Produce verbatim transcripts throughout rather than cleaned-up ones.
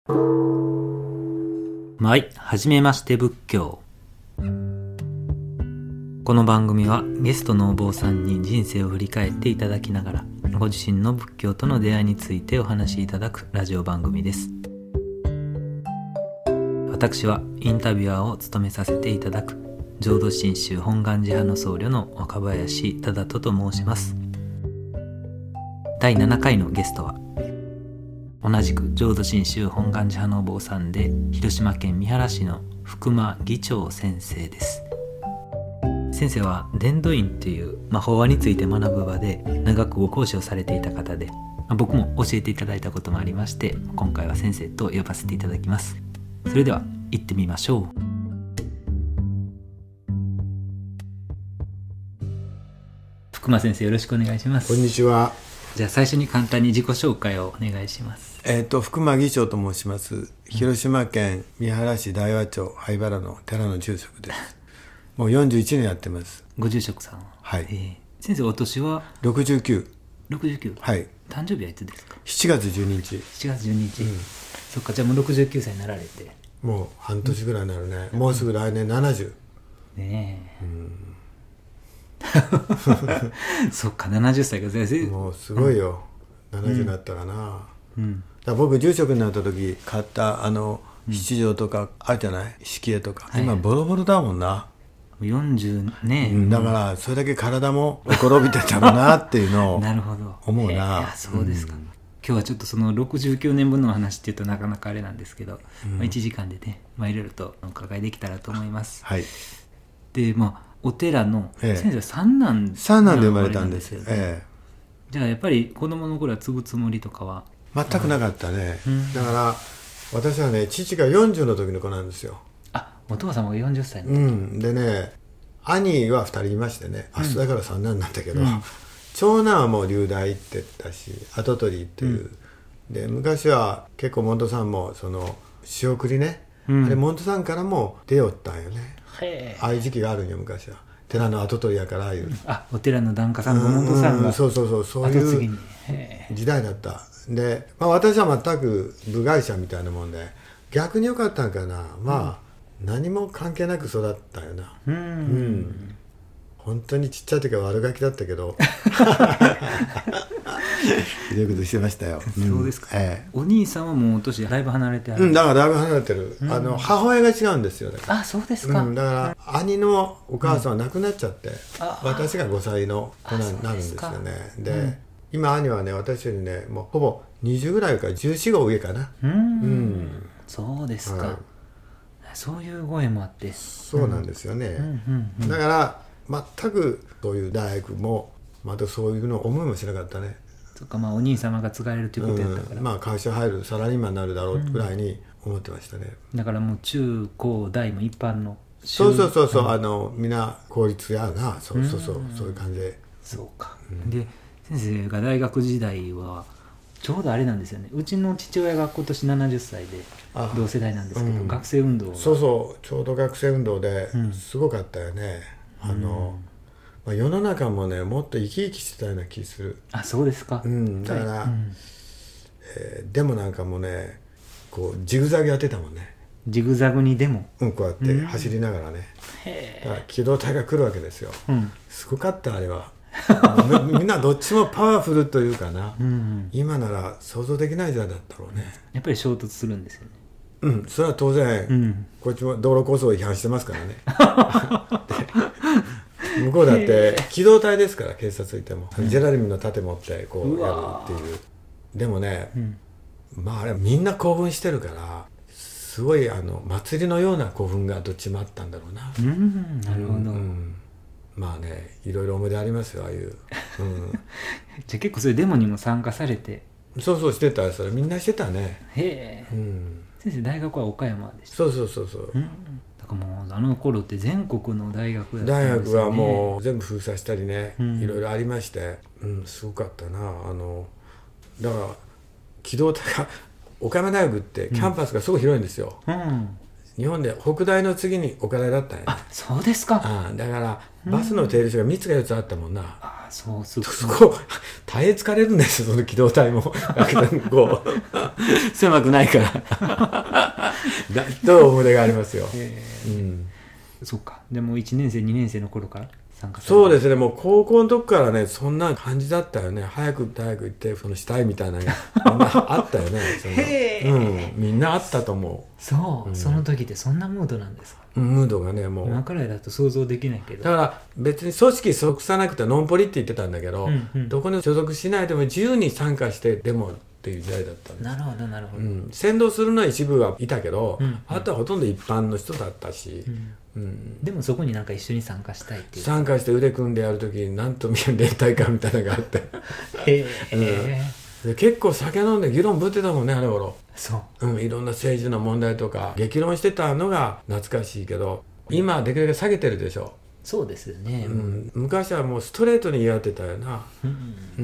はい、はじめまして仏教。この番組はゲストのお坊さんに人生を振り返っていただきながら、ご自身の仏教との出会いについてお話しいただくラジオ番組です。私はインタビュアーを務めさせていただく浄土真宗本願寺派の僧侶の若林忠人と申します。だいななかいのゲストは同じく浄土真宗本願寺派のお坊さんで広島県三原市の福間義長先生です。先生は伝道院という、まあ、法話について学ぶ場で長くご講師をされていた方で、まあ、僕も教えていただいたこともありまして、今回は先生と呼ばせていただきます。それでは行ってみましょう。福間先生、よろしくお願いします。 こんにちは。 じゃあ最初に簡単に自己紹介をお願いします。 えっ、ー、と福間義長と申します。広島県三原市大和町灰原の寺の住職です。もうよんじゅういちねんやってます。 ご住職さんは、 はい、 えー、先生お年はろくじゅうきゅう。 ろくじゅうきゅう、 はい。 誕生日はいつですか？ しちがつじゅうににち。 しちがつじゅうににち、うん、そっか、じゃあもうろくじゅうきゅうさいになられてもう半年ぐらいになるね、うん、もうすぐ来年ななじゅうねえ、 うん、 そっか、ななじゅっさいか。先生もうすごいよ、うん、ななじゅうになったらな、 うん、 だから僕住職になった時買ったあの七条とかあるじゃない、式絵とか、今ボロボロだもんな。 よんじゅうね、 うん、だからそれだけ体も転びてたろうなっていうのをなるほど思うな。 えー、そうですか、うん、今日はちょっとそのろくじゅうきゅうねんぶんの話っていうとなかなかあれなんですけど、うん、まあ、いちじかんでね、まあ、いろいろとお伺いできたらと思います。 はい。 で、まあお寺の、 ええ、 先生は三男三男で生まれたんですよ、ええ、 じゃあやっぱり子供の頃は継ぐつもりとかは全くなかったね、 うん、 だから私はね、父がよんじゅうの時の子なんですよ。 あ、お父様がよんじゅっさいの時、 うん、でね、兄はふたりいましてね、あ、だから三男なんだけど、うん、長男はもう流大行ってったし、跡取りっていう、うん、で昔は結構モントさんもその仕送りね、うん、あれモントさんからも出よったんよね。ああいう時期があるんよ、昔は。寺の跡取りやから、ああいう、 あ、お寺の檀家さんのモントさんが、 うん、そうそうそう、そういう時代だった。で、まあ、私は全く部外者みたいなもんで、逆に良かったんかな、まあ、うん、何も関係なく育ったよな。 うん、うんうん本当にちっちゃい時は悪ガキだったけどひどいことしてましたよ。 そうですか、 ええ、 お兄さんはもうお年だいぶ離れてある、 うん、だからだいぶ離れてる、うん、あの母親が違うんですよ。だからあ、そうですか、 うん、だから兄のお母さんは亡くなっちゃって、うん、私がごさいの子になるんですよね。で、うん、今兄はね、私よりね、もうほぼにじゅうぐらいかじゅうよん、ご上かな。 うん、 うん、 そうですか、 はい、 そういうご縁もあって。 そうなんですよね、 うんうんうん、 だから全くそういう大学もまたそういうの思いもしなかったね。 そっか、まあお兄様が継がれるということやったから、 うん、まあ会社入るサラリーマンになるだろうぐらいに思ってましたね、 うん、だからもう中高大も一般の、 そうそうそうそう、あのみんな公立やな、そうそうそう、うん、そういう感じで。 そうか、うん、で先生が大学時代はちょうどあれなんですよね、うちの父親が今年ななじゅっさいで同世代なんですけど、うん、学生運動が、 そうそう、ちょうど学生運動ですごかったよね、うん、あの、まあ、世の中もね、もっと生き生きしてたような気する。 あ、そうですか、 うん、だから、 はい、うん、 えー、でもなんかもうね、こうジグザグやってたもんね。 ジグザグにでも、 うん、こうやって走りながらね、うん、へだから機動隊が来るわけですよ、うん、すごかったあれはみんなどっちもパワフルというかな、うんうん、今なら想像できない時代だったろうね。 やっぱり衝突するんですよね。 うん、それは当然、うん、こっちも道路構想を違反してますからね向こうだって機動隊ですから、警察いても、うん、ジェラルミンの盾持ってこうやるっていう。でもね、うん、まああれみんな興奮してるから、すごいあの祭りのような興奮がどっちもあったんだろうな。 うん、なるほど、うんうん、 まあね、いろいろ思い出ありますよ、ああいう、うん、 じゃあ結構そういうデモにも参加されて。 そうそう、してた、それみんなしてたね。 へえ、うん、先生大学は岡山でした。 そうそうそうそう、うん、 だからもうあの頃って全国の大学だった大んですよね。 学はもう全部封鎖したりね、うん、いろいろありまして、うん、すごかったな。あのだから機動隊が岡山大学ってキャンパスがすごい広いんですよ、うん、 日本で北大の次に岡大だったんやね。 あ、そうですか。 ああだからバスの停留所がみっつかよっつあったもんな。 あ、そうすそこ大変疲れるんですよ、その機動隊もこう狭くないからだと思い出がありますよ、 えーうん、 そうか。でもいちねん生にねん生の頃から参加されて。 そうですね、もう高校の時からねそんな感じだったよね。早く大学行ってそのしたいみたいなのがみんなあったよねその、 へー、 うん、みんなあったと思そう、 うん、 その時ってそんなムードなんですか。 うムードがねもう今くらいだと想像できないけど。 だから別に組織属さなくてノンポリって言ってたんだけど、 うんうん、 どこに所属しないでも自由に参加してデモっていう時代だったんです。 なるほどなるほど、 うん、先導するのは一部はいたけど、 うんうん、 あとはほとんど一般の人だったし、 うんうん、 でもそこになんか一緒に参加したいっていう。 参加して腕組んでやるときになんと見える連帯感みたいなのがあってへえ、 うん、で結構酒飲んで議論ぶってたもんねあの頃。 そう、 うん、いろんな政治の問題とか激論してたのが懐かしいけど、今できるだけ下げてるでしょ。 そうですよね、 うん、昔はもうストレートに言い合ってたよな、 うんうん、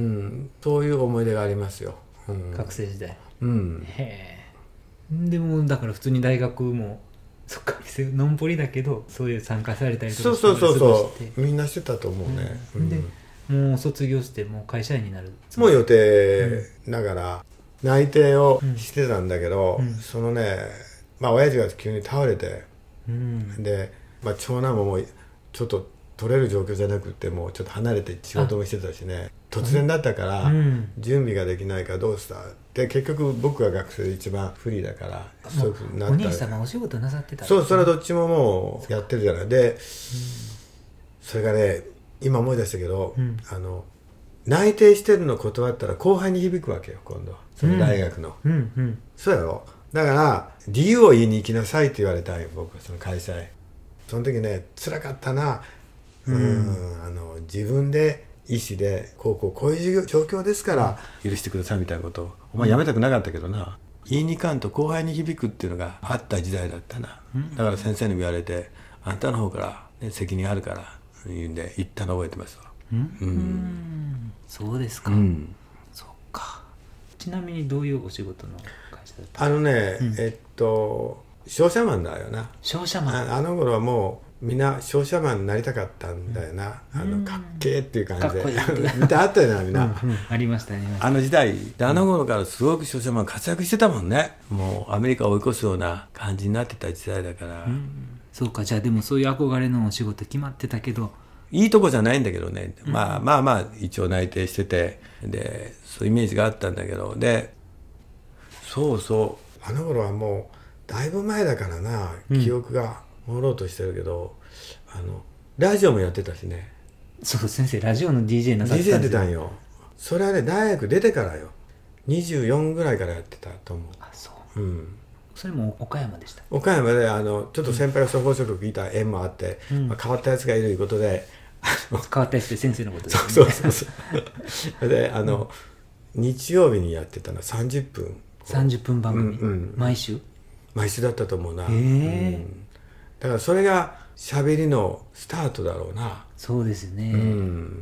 そういう思い出がありますよ、うん、 学生時代、 うん、 へえ。でもだから普通に大学もそっか、ノンポリだけどそういう参加されたりとかしてそうそうそうそしてうみんなしてたと思うね、 うん、でうんもう卒業してもう会社員になるもう予定ながら内定をしてたんだけど、 うんうん、 そのねまあ親父が急に倒れて、 うん、 で、まあ、長男ももうちょっと取れる状況じゃなくてもうちょっと離れて仕事もしてたしね、突然だったから、うん、準備ができないからどうしたで結局僕が学生で一番不利だからそういうふうになった。 お兄様お仕事なさってた、ね、 そうそれはどっちももうやってるじゃないで、うん、それがね今思い出したけど、うん、あの内定してるの断ったら後輩に響くわけよ今度その大学の、 うんうんうん、 そうやろ。だから理由を言いに行きなさいって言われたんよ僕はその会社へ。その時ね辛かったな、うん、うんあの自分で意思でこうこうこういう状況ですから許してくださいみたいなことをお前やめたくなかったけどな、言いに行かんと後輩に響くっていうのがあった時代だったな、うん、だから先生に言われてあんたの方から、ね、責任あるから言うんで言ったの覚えてますわ、 うんうん、そうですか、 うん、 そっか。ちなみにどういうお仕事の会社だったあのね、うん、えっと商社マンだよな。 商社マンあ, あの頃はもうみんな商社マンになりたかったんだよな、うん、あのかっけーっていう感じでかっこいい見てあったよなみんな、 うんうん、ありましたねあの時代で。あの頃からすごく商社マン活躍してたもんね。もうアメリカを追い越すような感じになってた時代だから、うん、 そうか。じゃあでもそういう憧れのお仕事決まってたけどいいとこじゃないんだけどね、うん、まあまあまあ一応内定しててでそういうイメージがあったんだけど、でそうそうあの頃はもうだいぶ前だからな、記憶が朦朧としてるけど、うん、あのラジオもやってたしね。 そう先生ラジオの ディージェー なさってたんですよ。 ディージェー やってたんよ。それはね大学出てからよ。にじゅうよんぐらいからやってたと思う。 あそう、うん、それも岡山でした。 岡山であのちょっと先輩がそこそこいた縁もあって、うんまあ、変わったやつがいるということで変わったやつって先生のことですね。 そうそうそうであの、うん、日曜日にやってたのさんじゅっぷんさんじゅっぷん番組、うんうん、毎週毎週だったと思うな。 へえ、 うん、だからそれが喋りのスタートだろうな。 そうですね、うん、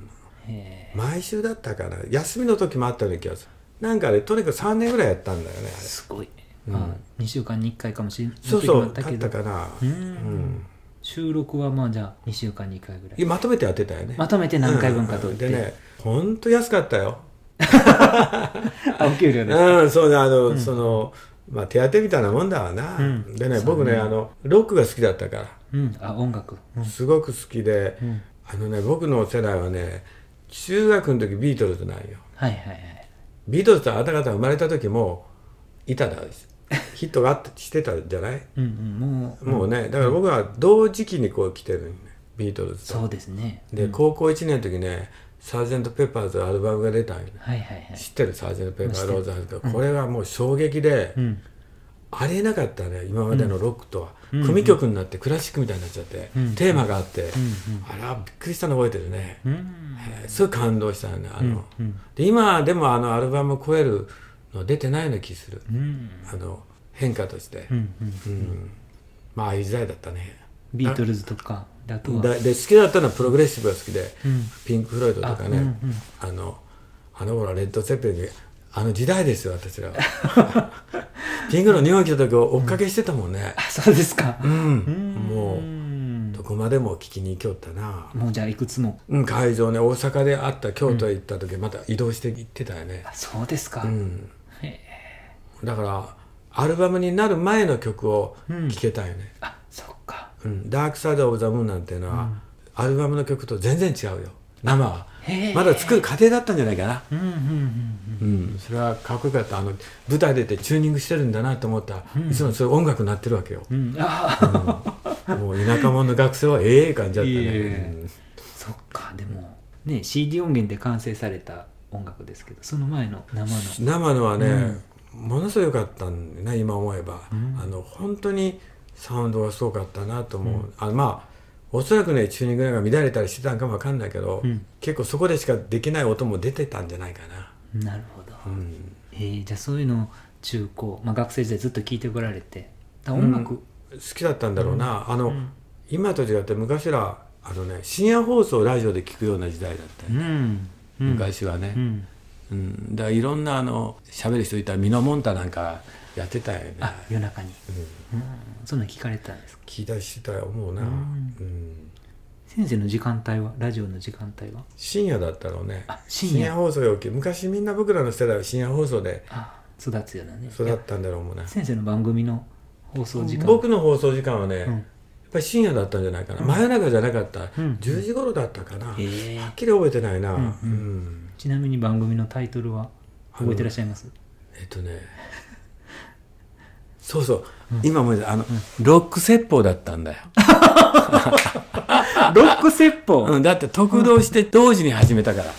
へ毎週だったかな。休みの時もあったような気がする。なんかねとにかくさんねんぐらいやったんだよねあれ。 すごい、うん、にしゅうかんにいっかいかもしれないそうそうだったかな。うん、うん、 収録はまあじゃあにしゅうかんにいっかいぐらいまとめてやってたよね。 まとめて何回分かとって、 うん、でねほんと安かったよお給料ですか。 うんそうねあの、うん、そのまあ手当みたいなもんだわな、うん、でね僕ねあのロックが好きだったから、 うん、あ音楽、 うん、すごく好きで、うん、あのね僕の世代はね中学の時ビートルズなんよ。 はいはいはい。 ビートルズとあなた方生まれた時もいただヒットがあってしてたじゃないうん、うん、もうもうねだから僕は同時期にこう来てるんねビートルズと。 そうですね、 で、うん、高校いちねんの時ねサージェント・ペッパーズのアルバムが出たんよ、 はいはいはい、 知ってるサージェント・ペッパーローズハウス、うん、これはもう衝撃で、うん、ありえなかったね今までのロックとは、うん、組曲になってクラシックみたいになっちゃって、うん、テーマがあって、うん、あらびっくりしたの覚えてるね、うんえー、すごい感動したよねあの、うん、で今でもあのアルバムを超えるの出てないような気する、うん、あの変化として、うんうんうん、まあああいう時代だったね。 ビートルズとかで好きだったのはプログレッシブが好きで、うん、ピンク・フロイドとかね あ,、うんうん、あのあの頃はレッド・セッペリンあの時代ですよ私らはピンクの日本来た時追っかけしてたもんね、 あ、そうですか。 うん、 うんもうどこまでも聞きに行きよったな。 もうじゃあいくつも。 うん、会場ね、大阪で会った京都へ行った時、また移動して行ってたよね。 あ、そうですか。 うんへだからアルバムになる前の曲を聴けたよね、 あ、そっか。 うんダークサイドオブザムーンなんていうのは、アルバムの曲と全然違うよ、生は。 へーまだ作る過程だったんじゃないかな。 うんうんうんうん、それはかっこよかった。あの舞台出てチューニングしてるんだなと思ったら、いつもそういう音楽になってるわけよ、 うんうん。ああ、 もう田舎者の学生はええ感じだったね、 いえいえうんそっか。でもね シーディー 音源で完成された音楽ですけど、その前の生の。 生のはね、ものすごい良かったんだね、今思えば、 うんあの本当にサウンドがすごかったなと思う、あのまあおそらくねチューニングが乱れたりしてたんかもわかんないけど、 うん結構そこでしかできない音も出てたんじゃないかな。 なるほど。 うんえーじゃあそういうのを中高、まあ、学生時代ずっと聴いてこられて、だ音楽、 うん好きだったんだろうな、あの、 うん今と違って昔らあのね深夜放送をラジオで聞くような時代だったよ、 うんうん、 昔はね、 うん、 うん、だからいろんなあの喋る人いたらミノモンタなんかやってたよね。 あ、夜中に、 うんうん、そんなの聞かれてたんですか。 聞いたりしてたよ思うな、 うんうん先生の時間帯は、ラジオの時間帯は。 深夜だったろうね。 あ、深夜放送よき昔みんな僕らの世代は深夜放送であ、育つようなね。 育ったんだろうもんね。 先生の番組の放送時間、 僕の放送時間はね、 うんやっぱり深夜だったんじゃないかな、真夜中じゃなかった、 うんじゅうじ頃だったかな、 へえはっきり覚えてないな、 ううんんうんちなみに番組のタイトルは覚えてらっしゃいます？ えっとねそうそう、今思い出したあの、ロック説法だったんだよ、 ロック説法、 うん、だって得道して同時に始めたから、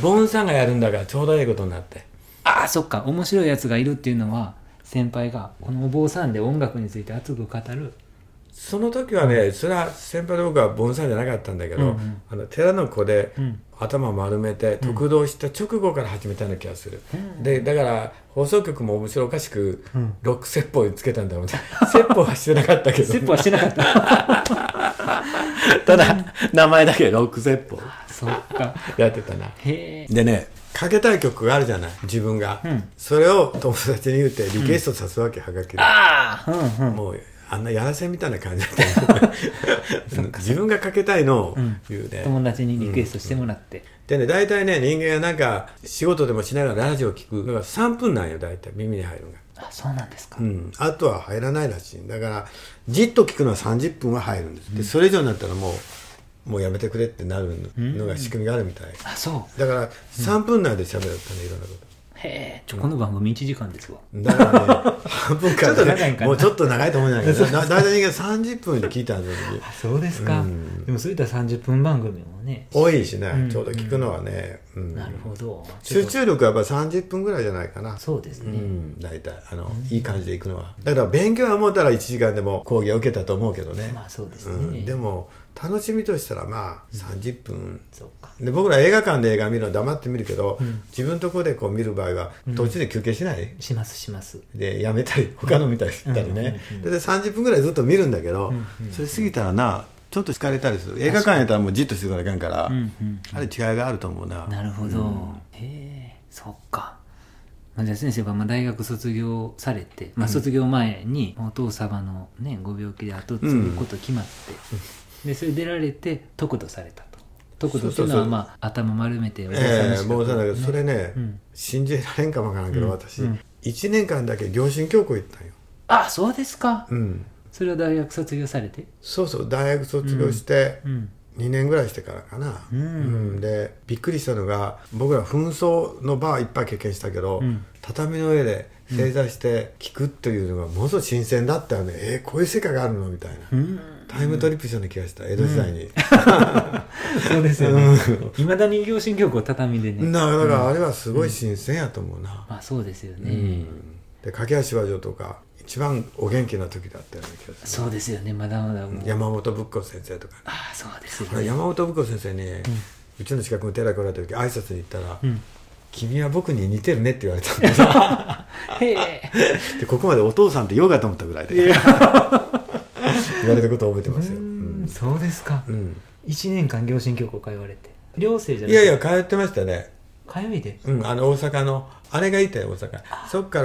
ボンさんがやるんだからちょうどいいことになって。 ああ、そっか。面白いやつがいるっていうのは、先輩がこのお坊さんで音楽について熱く語る。 その時はね、それは先輩の僕はボンさんじゃなかったんだけど、 うんうん、 あの寺の子でうん頭丸めて得道した直後から始めたような気がする、 うんでだから放送局も面白おかしくうんロック説法につけたんだろうね説法はしてなかったけど、 説法はしてなかったただ名前だけロック説法そっか。 やってたな。 へえ。 でね、かけたい曲があるじゃない自分が、 うんそれを友達に言うてリクエストさすわけ、はがきで。 ああ、うんうん。 もうあんなやらせみたいな感じだったよ自分がかけたいのを言うね、 友達にリクエストしてもらって。 でね、大体ね人間がなんか仕事でもしながらラジオを聞くのがさんぷんなんよ、大体耳に入るのが。 あ、そうなんですか。 うん、あとは入らないらしい。だからじっと聞くのはさんじゅっぷんは入るんです、でそれ以上になったらもうもうやめてくれってなるのが仕組みがあるみたい、 あ、そう。 だからさんぷん内で喋るったね、いろんなこと。 へえ。ちょ、この番組いちじかんですわ。 だからね半分から、ね、 ちょっと長いんかなもうちょっと長いと思うんだけどだ大体人間さんじゅっぷんで聞いたんですよ。 あ、そうですか。 うんでもそういったさんじゅっぷん番組もね。 多いしね、 うんちょうど聞くのはね、うんなるほど。 集中力はやっぱさんじゅっぷんぐらいじゃないかな。 そうですね。 うん、大体あの、いい感じでいくのは。だから勉強は思ったらいちじかんでも講義を受けたと思うけどね、 まあそうですうん、 ね。 でも楽しみとしたらまあさんじゅっぷん、 そうか。 で僕ら映画館で映画見るのは黙って見るけど、 うん自分のところでこう見る場合は途中で休憩しない、 しますします。 でやめたり他の見たりしたりね、 うんうんうんでさんじゅっぷんぐらいずっと見るんだけど、 うんうんそれ過ぎたらなちょっと疲れたりする。映画館やったらもうじっとしてからいかんから、 うんうんあれ違いがあると思うな。 なるほど。へえ、そっか。まあじゃあ先生はまあ大学卒業されて、まあ、卒業前にお父様の、ね、ご病気で後継ぐこと決まって、でそれ出られて得度されたと。得度っていうのは、まあ、頭丸めてお坊さんのええ資格坊さんだけどそれね、 うん信じられんかもわからんけど、 うん私、 うんいちねんかんだけ良心教皇行ったんよ。 あ、そうですか。 うんそれは大学卒業されて。 そうそう、大学卒業してうんにねんぐらいしてからかな、 うんうんでびっくりしたのが、僕ら紛争の場はいっぱい経験したけど、 うん畳の上で正座して聞くっていうのがものすごい新鮮だったよね。えー、こういう世界があるのみたいな、 うんタイムトリップしたような気がした、江戸時代に、 そうですよね。いまだに良心教皇畳でね。 だからだからあれはすごい新鮮やと思うな、 まあそうですよね。 うんで駆け足場所とか一番お元気な時だったような気がする。 そうですよね。まだまだもう。 山本仏子先生とか、ね、 ああ、そうですよ俺ね。 山本仏子先生に、うちの近くの寺来られた時挨拶に行ったら、 うん君は僕に似てるねって言われたんですよへえ。 でここまでお父さんって言おうかと思ったぐらいで言われたことを覚えてますよ、 ううんんそうですか。 うんいちねんかん良心教皇通われて。寮生じゃいないやいや通ってましたね、 通いで。 うん、あの大阪のあれがいたよ、大阪。そっから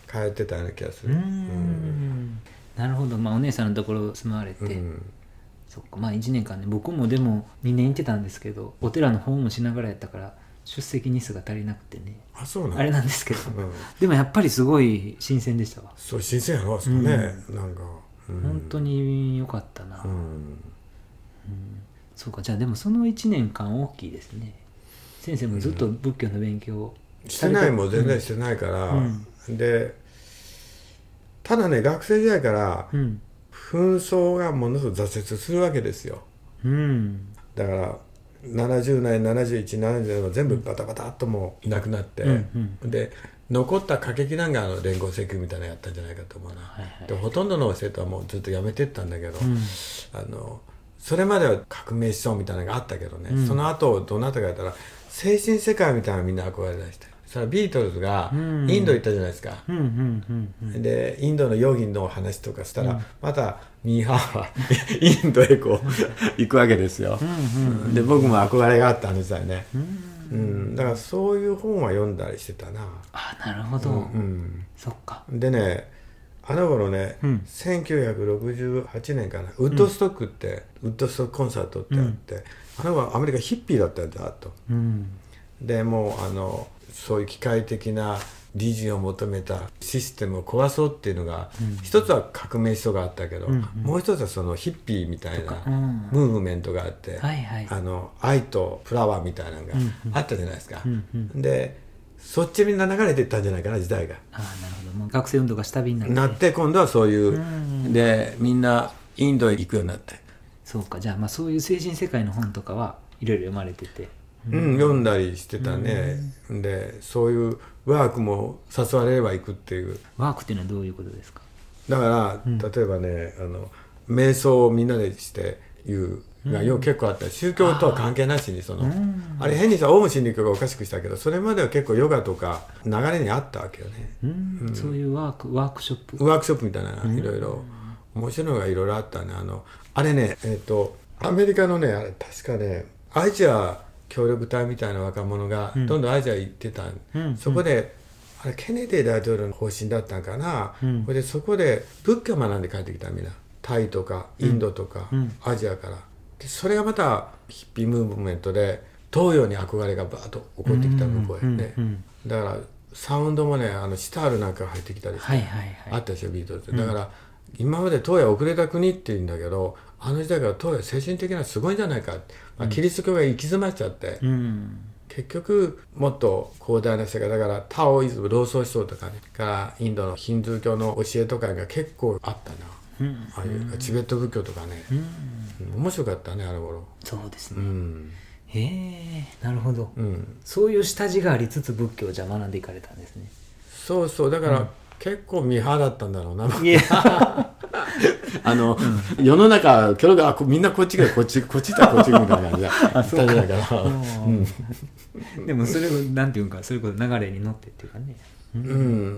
通ってたような気がする。 うん、なるほど。まあお姉さんのところ住まわれて、うん、そっか。まあいちねんかんね。僕もでもにねん行ってたんですけど、お寺の訪問しながらやったから出席日数が足りなくてね、 あ、そうなんあれなんですけど、 うん、 でもやっぱりすごい新鮮でしたわ。 そう、新鮮やろ、そうね、うん、なんか、 うん、本当に良かったな、うんうん、そうか。じゃあでもそのいちねんかん大きいですね。先生もずっと仏教の勉強をしてない、もん全然してないから、うん、でただね、学生時代から紛争がものすごく挫折するわけですよ、うん、だからななじゅうねんななじゅういち、ななじゅうねんは全部バタバタっともういなくなって、うんうん、で残った歌劇団があの連合請求みたいなのやったんじゃないかと思うな、はいはい、でほとんどの生徒はもうずっと辞めてったんだけど、うん、あのそれまでは革命思想みたいなのがあったけどね、うん、その後どなたかやったら精神世界みたいなのみんな憧れ出して、それはビートルズがインド行ったじゃないですか、うんうんうんうん、でインドのヨギの話とかしたら、うん、またミーハーはインドへこう行くわけですよ、うんうんうん、で僕も憧れがあったんですよね、うんうん、だからそういう本は読んだりしてたな。 あ、なるほど、うんうん、そっか。 でね、あの頃ね、うん、せんきゅうひゃくろくじゅうはちねんかな、ウッドストックって、うん、ウッドストックコンサートってあって、うん、あの頃アメリカヒッピーだったんだと、うん、でもうあのそういう機械的な理事を求めたシステムを壊そうっていうのが、うん、一つは革命思想があったけど、うんうん、もう一つはそのヒッピーみたいなムーブメントがあって、うんはいはい、あの愛とフラワーみたいなのがあったじゃないですか、うんうん、でそっちにみんな流れていったんじゃないかな、時代が。 あ、なるほど。もう学生運動が下火になってなって今度はそういう、うん、でみんなインドへ行くようになって。 そうか。じゃあ、まあそういう精神世界の本とかはいろいろ読まれてて、 うん、読んだりしてたね、うん、でそういうワークも誘われれば行くっていう。 ワークっていうのはどういうことですか？ だから、うん、例えばね、あの瞑想をみんなでしていうが、うん、結構あった。宗教とは関係なしにその あ,、うん、あれ変にさオウム真理教がおかしくしたけど、それまでは結構ヨガとか流れにあったわけよね、 うんうん、そういうワークワークショップワークショップみたいないろいろ面白いのがいろいろあったね。あのあれね、えっ、ー、とアメリカのね、あれ確かねアジア協力隊みたいな若者がどんどんアジア行ってた、うん、そこであれケネディ大統領の方針だったんかな、うん、でそこで仏教を学んで帰ってきたみんな、タイとかインドとか、うん、アジアからで、それがまたヒッピームーブメントで東洋に憧れがバーッと起こってきた向こうへね、うんうんうん、だからサウンドもね、あのシタールなんか入ってきたりして、はいはいはい、あったでしょビートルズ、うん、だから今まで東洋遅れた国って言うんだけど、あの時代から東洋精神的なすごいんじゃないか、まあ、キリスト教が行き詰まっちゃって、うん、結局もっと広大な世界だから、タオイズム、老荘思想とかね、からインドのヒンドゥー教の教えとかが結構あったな、うん、ああいうチベット仏教とかね、うん、面白かったね、あの頃。 そうですね、うん、へえ、なるほど、うん、そういう下地がありつつ仏教をじゃあ学んでいかれたんですね。 そうそう、だから、うん、結構ミーハーだったんだろうな、いやあの、うん、世の中今日がみんなこっちがこっちこっちだこっちみたいな感じだっただから、 うん、でもそれをなんていうか、そういうこと流れに乗ってっていうかね、 うん、うん、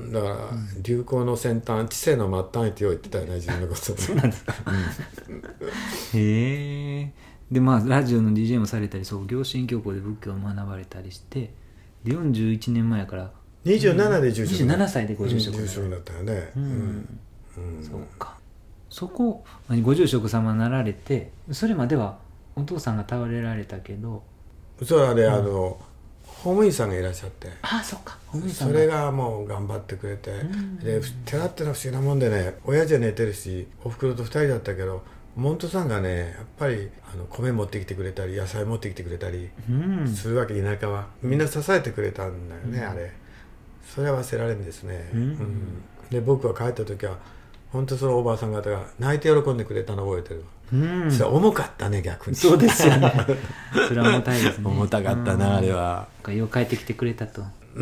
だから、うん、流行の先端、知性の末端へって言ってたよね、自分のこと。 そうなんですか、うん、へえ。でまあラジオの ディージェー もされたり、そう行信教校で仏教を学ばれたりして、でよんじゅういちねんまえからにじゅうななで住職、 にじゅうななさいでご住職になったよね、うんうんうん、そうか。そこご住職様になられて、それまではお父さんが倒れられたけど、 それはね、うん、あの法務員さんがいらっしゃって、 ああそっか、法務員さんそれがもう頑張ってくれて、うん、で寺ってのは不思議なもんでね、親父は寝てるしおふくろとふたりだったけど、モントさんがねやっぱりあの米持ってきてくれたり野菜持ってきてくれたりするわけ、うん、田舎はみんな支えてくれたんだよね、うん、あれそれは忘れられんですね、うんうん、で僕が帰った時は本当そのおばあさん方が泣いて喜んでくれたのを覚えてる、うん、それは重かったね、逆に。 そうですよねそれは重たいですね重たかったな、うん、あれは。 よう帰ってきてくれたと、 うん、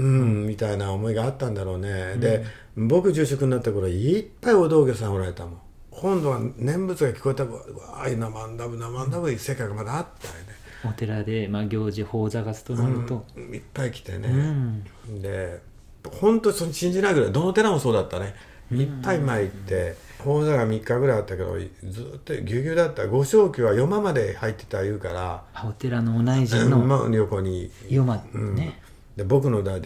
みたいな思いがあったんだろうね、うん、で僕住職になった頃いっぱいお道具さんおられたもん。今度は念仏が聞こえたらわーい、生んだぶ生んだぶい世界がまだあったよね。 お寺で、まあ、行事法座がとなると、 うん、いっぱい来てね、うん、で本当に信じないぐらい、どの寺もそうだったね、いっぱい前行って、法座がみっかぐらいあったけどずっとぎゅうぎゅうだった。ご正宮は夜間まで入ってた言うから、 お寺のお内陣の横に夜間ね、 うん、で僕の代で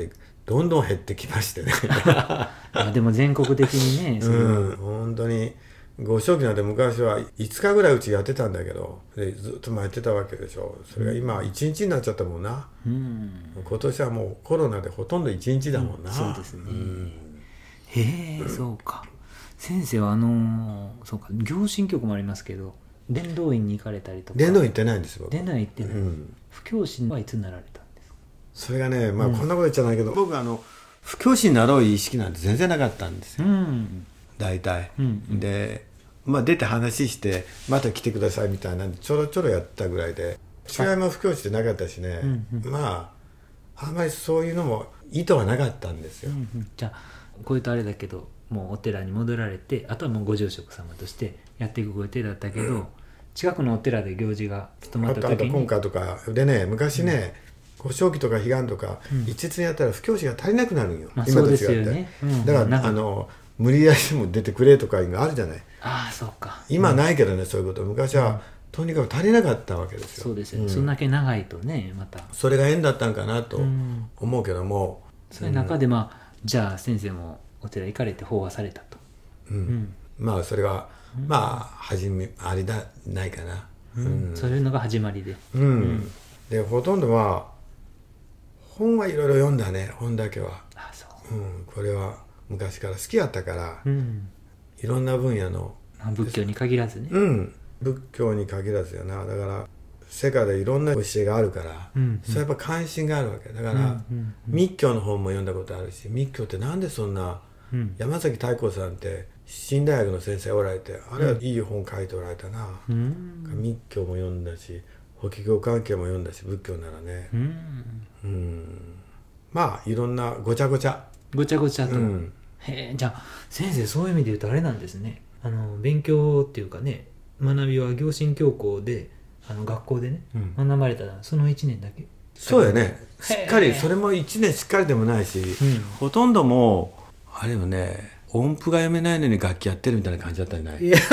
どんどん減ってきましてねあでも全国的にねそれは、 うん、本当にご正気なんて昔はいつかぐらいうちやってたんだけどでずっとやってたわけでしょ。それが今いちにちになっちゃったもんな、うん、今年はもうコロナでほとんどいちにちだもんな、うん、 そうですね、うん、へえ、そうか。先生はあのー、そうか行進曲もありますけど伝道院に行かれたりとか。 伝道院行ってないんですよ。 伝道院行ってない、うん、布教師はいつなられたんですか。 それがね、まあ、こんなこと言っちゃないけど、うん、僕あの布教師になろう意識なんて全然なかったんですよ、うん、大体、うん、で、まあ、出て話してまた来てくださいみたいなんでちょろちょろやったぐらいで父親も布教師ってなかったしね、うんうん、まああんまりそういうのも意図はなかったんですよ、うんうん、じゃあこういうとあれだけどもうお寺に戻られてあとはもうご住職様としてやっていくご予定だったけど、うん、近くのお寺で行事が務まった時にあと今回とかでね昔ね、うん、ご正気とか彼岸とか、うん、一律にやったら布教師が足りなくなるんよ、 まあ、今と違って、そうですよね、うん、 だからあの無理やりでも出てくれとかいうのあるじゃない。 ああそうか。 今ないけどね、うん、そういうこと昔は、うん、とにかく足りなかったわけですよ。 そうですよね、うん、そんだけ長いとねまたそれが縁だったんかなと思うけども、 うん、そういう中でまあじゃあ先生もお寺行かれて法話されたと、 うんうん、まあそれが、うん、まあ始めあれだないかな、 うんうん、そういうのが始まりで、 うんうん、でほとんどは本はいろいろ読んだね。本だけはあそう、 うん、これは昔から好きやったから、うん、いろんな分野の仏教に限らずね、 うん、仏教に限らずよな。だから世界でいろんな教えがあるから、うんうん、それやっぱ関心があるわけだから、うんうんうん、密教の本も読んだことあるし、密教ってなんでそんな、うん、山崎太閤さんって新大学の先生おられてあれはいい本書いておられたな、うん、密教も読んだし法華経関係も読んだし仏教ならね、うんうん、まあいろんなごちゃごちゃごちゃごちゃと、うん、へえ。じゃあ先生そういう意味で言うとあれなんですね。あの勉強っていうかね学びは行信教校であの学校でね、うん、学ばれたらそのいちねんだけ。 そうやね。しっかりそれもいちねんしっかりでもないし、うん、ほとんどもうあれよね音符が読めないのに楽器やってるみたいな感じだったんじゃない。いや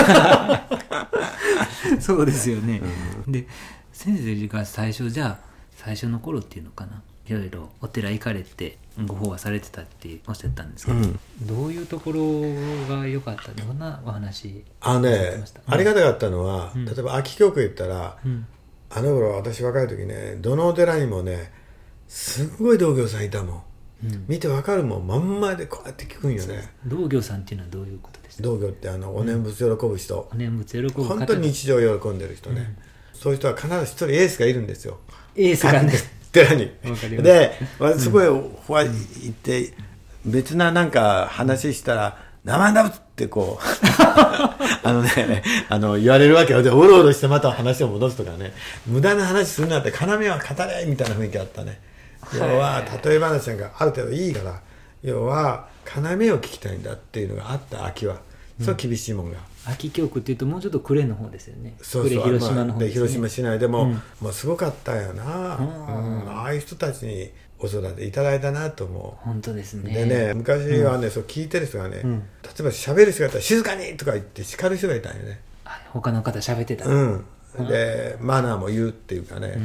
そうですよね、うん、で先生が最初じゃあ最初の頃っていうのかないろいろお寺行かれてご法話されてたっておっしゃったんですけど、うん、どういうところが良かった。どんなお話あのね、うん、ありがたかったのは、うん、例えば秋教区行ったら、うん、あの頃私若い時ねどのお寺にもねすごい道行さんいたもん、うん、見てわかるもんまんまでこうやって聞くんよね。 道行さんっていうのはどういうことですか。 道行ってあのお念仏喜ぶ人、 うん、お念仏喜ぶ方本当に日常喜んでる人ね、うん、そういう人は必ず一人エースがいるんですよ。 エースがね寺にでそこへ行って別ななんか話したら「生だ!」ってこうあのねあの言われるわけよ。でおろおろしてまた話を戻すとかね無駄な話するなって要は語れみたいな雰囲気あったね。要は例え話なんかある程度いいから要は要を聞きたいんだっていうのがあった秋はそう厳しいもんが、 うん、秋教区っていうともうちょっと呉の方ですよね。 そうそう呉広島の方ですね、 まあ、で広島市内でも、うん、もうすごかったよな、うんうん、ああいう人たちにお育ていただいたなと思う。 本当ですね。 でね昔はね、うん、そう聞いてる人がね、うん、例えば喋る人がいたら静かにとか言って叱る人がいたんよね。 他の方喋ってた、 うんでマナーも言うっていうかね、うん、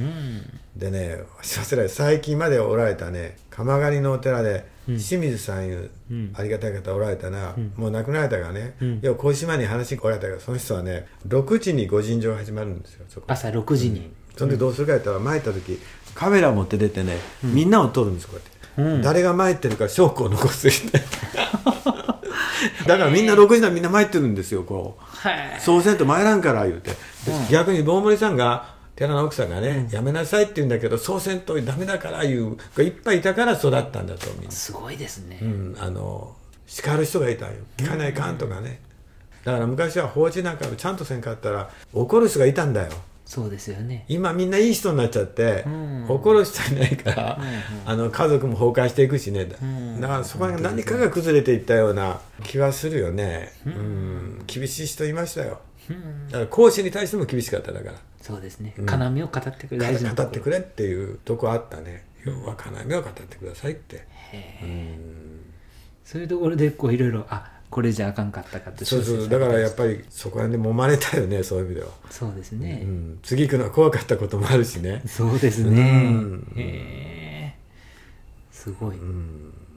でね最近までおられたね鎌狩りのお寺で、うん、清水さんいう、うん、ありがたい方おられたな、うん、もう亡くなられたからね、うん、要は小島に話おられたからその人はねろくじにご尋常始まるんですよ。そこ朝ろくじに、うん、 そんでどうするかやったら参った時カメラ持って出てね、うん、みんなを撮るんですこうやって、うん、誰が参ってるか証拠を残すってだからみんなろくじなみんな参ってるんですよ。こうそうせんと参らんから言うて、うん、逆に坊森さんが寺の奥さんがね、うん、やめなさいって言うんだけどそうせんとダメだから言うがいっぱいいたから育ったんだと思う。 すごいですね、 うん、あの叱る人がいたよ聞かないかんとかね、うん、だから昔は法事なんかちゃんとせんかったら怒る人がいたんだよ。 そうですよね。 今みんないい人になっちゃって、うん、怒る人いないから、うんうん、あの家族も崩壊していくしね、うん、だからそこに何かが崩れていったような気はするよね、うんうん、厳しい人いましたよ、うん、だから講師に対しても厳しかっただから。 そうですね、うん、要を語ってくれ大事な語ってくれっていうとこあったね。要は要を語ってくださいって、うん、 そういうところでこういろいろあこれじゃあかんかったかって。 そうそうだからやっぱりそこら辺で揉まれたよねそういう意味では。 そうですね、 うん、次行くのは怖かったこともあるしね。 そうですね、うん、へえすごい、 うん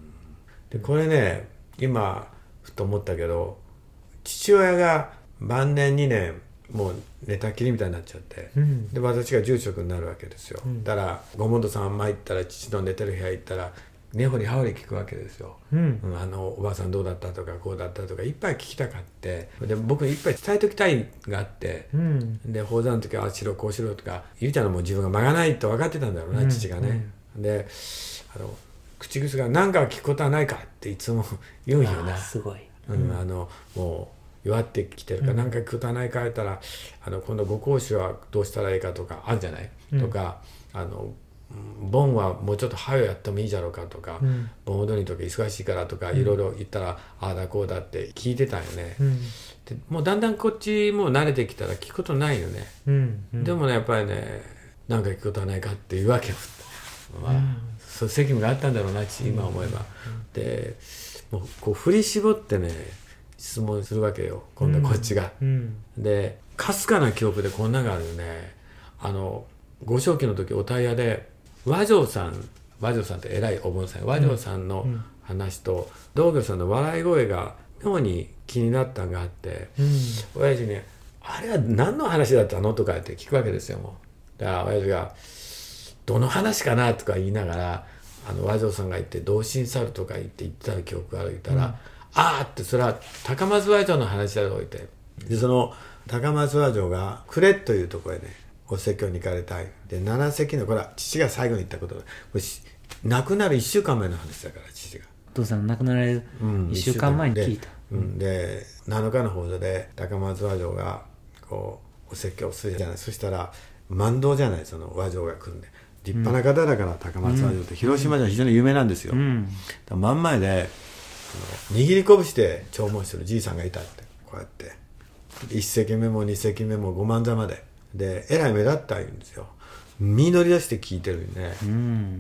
でこれね今ふと思ったけど、父親が晩年にねんもう寝たきりみたいになっちゃって、うん、で私が住職になるわけですよ、うん、だからご門徒さん参ったら父の寝てる部屋行ったら根掘り葉掘り聞くわけですよ、うんうん、あのおばあさんどうだったとかこうだったとかいっぱい聞きたかってで僕いっぱい伝えときたいがあって、うん、で法山の時はああしろこうしろとか言うたのも自分が間がないと分かってたんだろうな、うん、父がね、うん、であの口癖が何か聞くことはないかっていつも言うんよな。 すごい、 うんうん、あのもう弱ってきてるから何か聞くことはないか言ったら、あの今度ご講師はどうしたらいいかとかあるじゃない、うん、とかあの盆はもうちょっと早くやってもいいじゃろうかとか、うん、盆踊りの時忙しいからとかいろいろ言ったら、ああだこうだって聞いてたんよね、うん、でもうだんだんこっちも慣れてきたら聞くことないよね、うんうん、でもねやっぱりね何か聞くことはないかっていうわけよ、まあうん、そう責務があったんだろうな今思えば、うん、でもうこう振り絞ってね質問するわけよ今度はこっちが、うんうん、でかすかな記憶でこんなのがあるよね。あのご正期の時お大屋で和尚さん和尚さんって偉いお坊さん和尚さんの話と道行さんの笑い声が妙に気になったのがあって、うん、親父にあれは何の話だったのとかって聞くわけですよ。もうだから親父がどの話かなとか言いながらあの和尚さんが言って同心猿とか言って言ってた記憶がある言ったら、うん、ああってそれは高松和尚の話だと言ってでその高松和尚が呉というところへねお説教に行かれたいでなな隻のこれは父が最後に言ったことでこれ亡くなるいっしゅうかんまえの話だから父がお父さん亡くなられるいっしゅうかんまえに聞いた、 うん、で、うん、でなのかの法所で高松和尚がこうお説教するじゃない、そしたら万道じゃないその和尚が来るんで立派な方だから、うん、高松和尚って広島では非常に有名なんですよ、うん、真ん前で握り拳で弔問してるじいさんがいたってこうやっていっ隻目もに隻目もごまん座まででえらい目立った言うんですよ。身乗り出して聞いてるね、うん、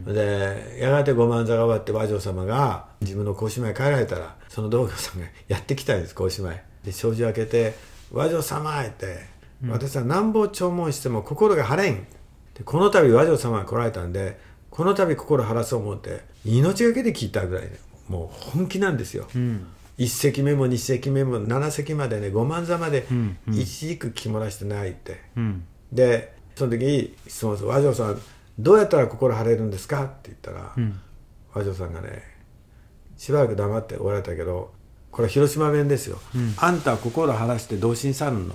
でやがてごまん座が終わって和尚様が自分の格子前へ帰られたらその道行さんがやってきたんです格子前で障子を開けて和尚様へって、うん、私はなんぼ弔問しても心が晴れんでこの度和尚様が来られたんでこの度心晴らそう思って命がけで聞いたぐらい、ね、もう本気なんですよ、うんいっ隻目もに隻目もなな隻までねごまん座まで一軸気漏らしてないって、うん、でその時質問する和尚さんどうやったら心晴れるんですかって言ったら、うん、和尚さんがねしばらく黙っておられたけどこれは広島弁ですよ、うん、あんたは心晴らして同心さるの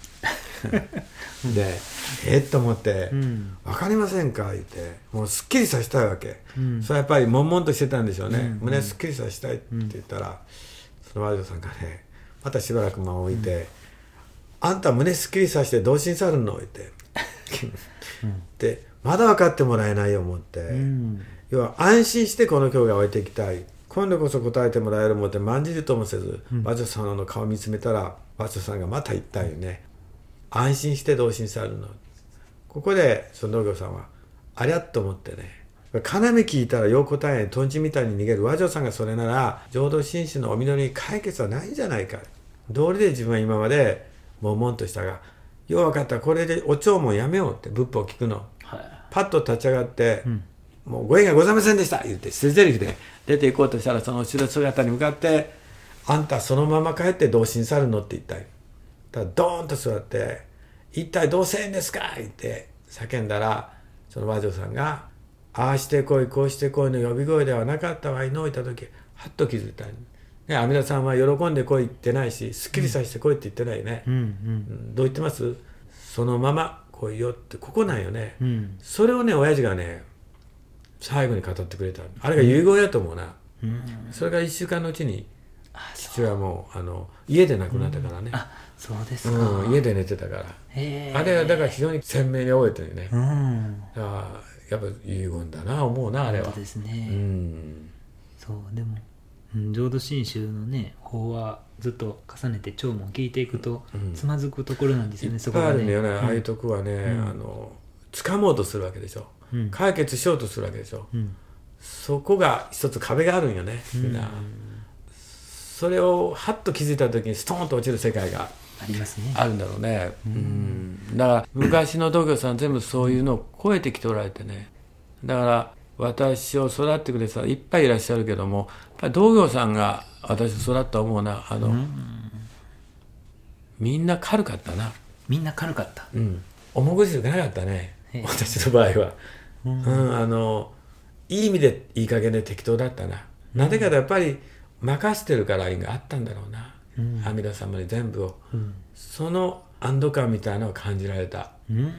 でえっと思って、うん、分かりませんか言ってもうすっきりさせたいわけ、うん、それはやっぱり悶々としてたんでしょうね、うん、胸すっきりさせたいって言ったら、その和尚さんがねまたしばらく間を置いて、うん、あんた胸すっきりさせて同心さるの言って、うん、でまだ分かってもらえないよ思って、うん、要は安心してこの教が置いていきたい今度こそ答えてもらえる思ってまんじるともせず、うん、和尚さんの顔見つめたら和尚さんがまた言ったよね、安心して同心さるの。ここでその道行さんはありゃっと思ってね要聞いたらよう答えとんちみたいに逃げる和尚さんがそれなら浄土真宗のお祈りに解決はないんじゃないか。道理で自分は今まで悶々としたがよう分かったこれでお弔問やめようって仏法を聞くの、はい、パッと立ち上がって、うん、もうご縁がございませんでした言って捨て台詞で出ていこうとしたらその後ろ姿に向かってあんたそのまま帰って同心さるのって言ったよ。だからドーンと座って一体どうせんですか言って叫んだらその和尚さんがああしてこいこうしてこいの呼び声ではなかったわいのいた時はっと気づいた、ね、阿弥陀さんは喜んでこいって言ってないしすっきりさせてこいって言ってないね、うんうん、どう言ってますそのまま来いよってここなんよね、うん、それをね親父がね最後に語ってくれたあれが遺言やと思うな、うん、それがいっしゅうかんのうちに父はもうあの家で亡くなったからね、うん、 あそうですか、 うん、家で寝てたからあれはだから非常に鮮明に覚えてるね、うん、だからやっぱ遺言だな思うなあれは。 そうですね、うん、そうでも、うん、浄土真宗のね法はずっと重ねて弔問聞いていくと、うん、つまずくところなんですよね、そこがね。いっぱいあるんだよね、うん、ああいうとこはね、うん、あの掴もうとするわけでしょ、うん、解決しようとするわけでしょ、うん、そこが一つ壁があるんよねみんな、うん、それをハッと気づいた時にストーンと落ちる世界がありますね。 あるんだろうね、うん、だから昔の道教さん全部そういうのを超えてきておられてね、だから私を育ってくれたいっぱいいらっしゃるけどもぱり道行さんが私育った思うな、あの、うん、みんな軽かったな。 みんな軽かった、 うん、重苦しくなかったね、私の場合は、うんうん、あのいい意味でいい加減で適当だったな、うん、なぜかとやっぱり任せてるからがあったんだろうな、うん、阿弥陀様に全部を、うん、その安堵感みたいなのを感じられた、うんうん、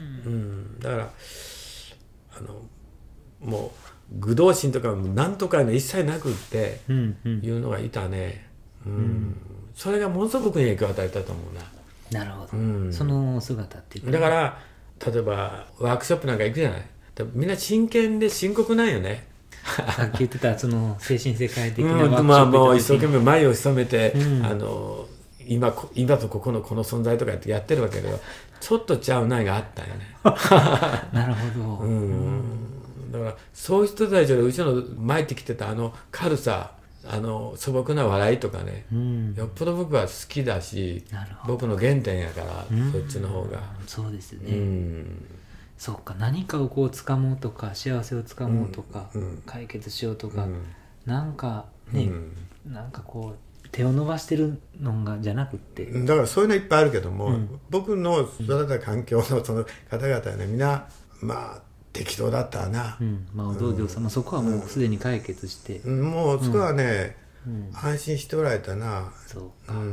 だからあのもう愚道心とか何とかの一切なくっていうのがいたね、うんうん、それがものすごく影響を与えたと思うな。 なるほど、うん、その姿っていうか、 だから例えばワークショップなんか行くじゃない、みんな真剣で深刻なんよね。 さっき言ってたその精神世界的なワークショップ、 うん、まあもう一生懸命前を潜めて、うん、あの 今, 今とここのこの存在とかってやってるわけだけど、ちょっとちゃうないがあったよね。 なるほど、うんうん、だからそういう人たちよりうちの前ってきてたあの軽さ、あの素朴な笑いとかね、うん、よっぽど僕は好きだし、僕の原点やから、うん、そっちの方が。 そうですね、うん、そうか、何かをこう掴もうとか幸せを掴もうとか、うん、解決しようとか、うん、なんかね、うん、なんかこう手を伸ばしてるのがじゃなくって、 だからそういうのいっぱいあるけども、うん、僕の育った環境のその方々はね、みんなまあ適当だったな、 うん、まあお道場さん、うん、そこはもうすでに解決して、 うん、もうそこはね、うん、安心しておられたな。 そうか、うん、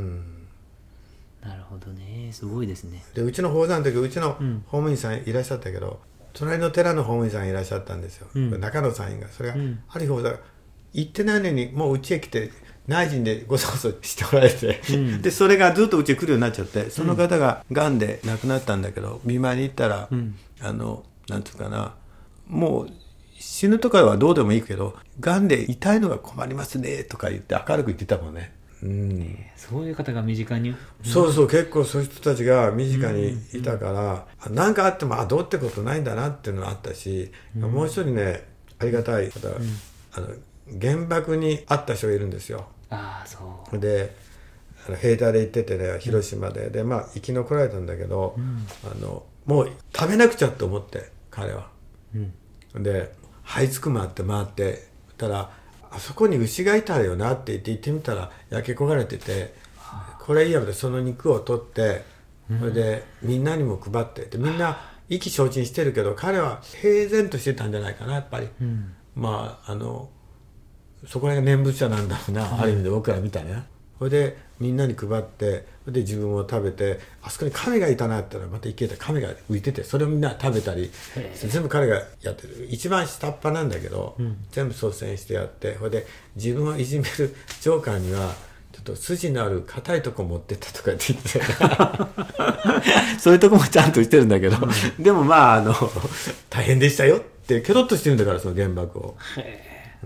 なるほどね、すごいですね。 でうちの法山の時、うちの法務員さんいらっしゃったけど、うん、隣の寺の法務員さんいらっしゃったんですよ、うん、中野さんが。それが、うん、ある日行ってないのにもううちへ来て内陣でごそごそしておられて、うん、でそれがずっとうちへ来るようになっちゃって、その方ががんで亡くなったんだけど、見舞いに行ったら、うん、あのなんていうかな、もう死ぬとかはどうでもいいけど、がんで痛いのが困りますねとか言って明るく言ってたもんね、うん、 えー、そういう方が身近に、うん、 そうそう、結構そういう人たちが身近にいたから、何、うん、かあってもあどうってことないんだなっていうのがあったし、うん、もう一人ねありがたい方、うん、あの原爆に会った人がいるんですよ。 ああ、そうで、あの兵隊で行っててね、広島で、うん、でまあ生き残られたんだけど、うん、あのもう食べなくちゃと思って彼は、うん、で這いつく回って回ってたら、あそこに牛がいたよなって言って行ってみたら焼け焦がれてて、これいいやでその肉を取って、それでみんなにも配って、でみんな意気消沈してるけど彼は平然としてたんじゃないかなやっぱり、うん、まああのそこら辺が念仏者なんだろうな、うん、ある意味で僕ら見たね。それでみんなに配って、それで自分も食べて、あそこに亀がいたなって言ったらまた行けて亀が浮いてて、それをみんな食べたり、全部彼がやってる。一番下っ端なんだけど、うん、全部率先してやって、それで自分をいじめる長官にはちょっと筋のある硬いとこ持ってったとかって言ってそういうとこもちゃんとしてるんだけど、うん、でもまああの大変でしたよってケロッとしてるんだから、その原爆を、うん、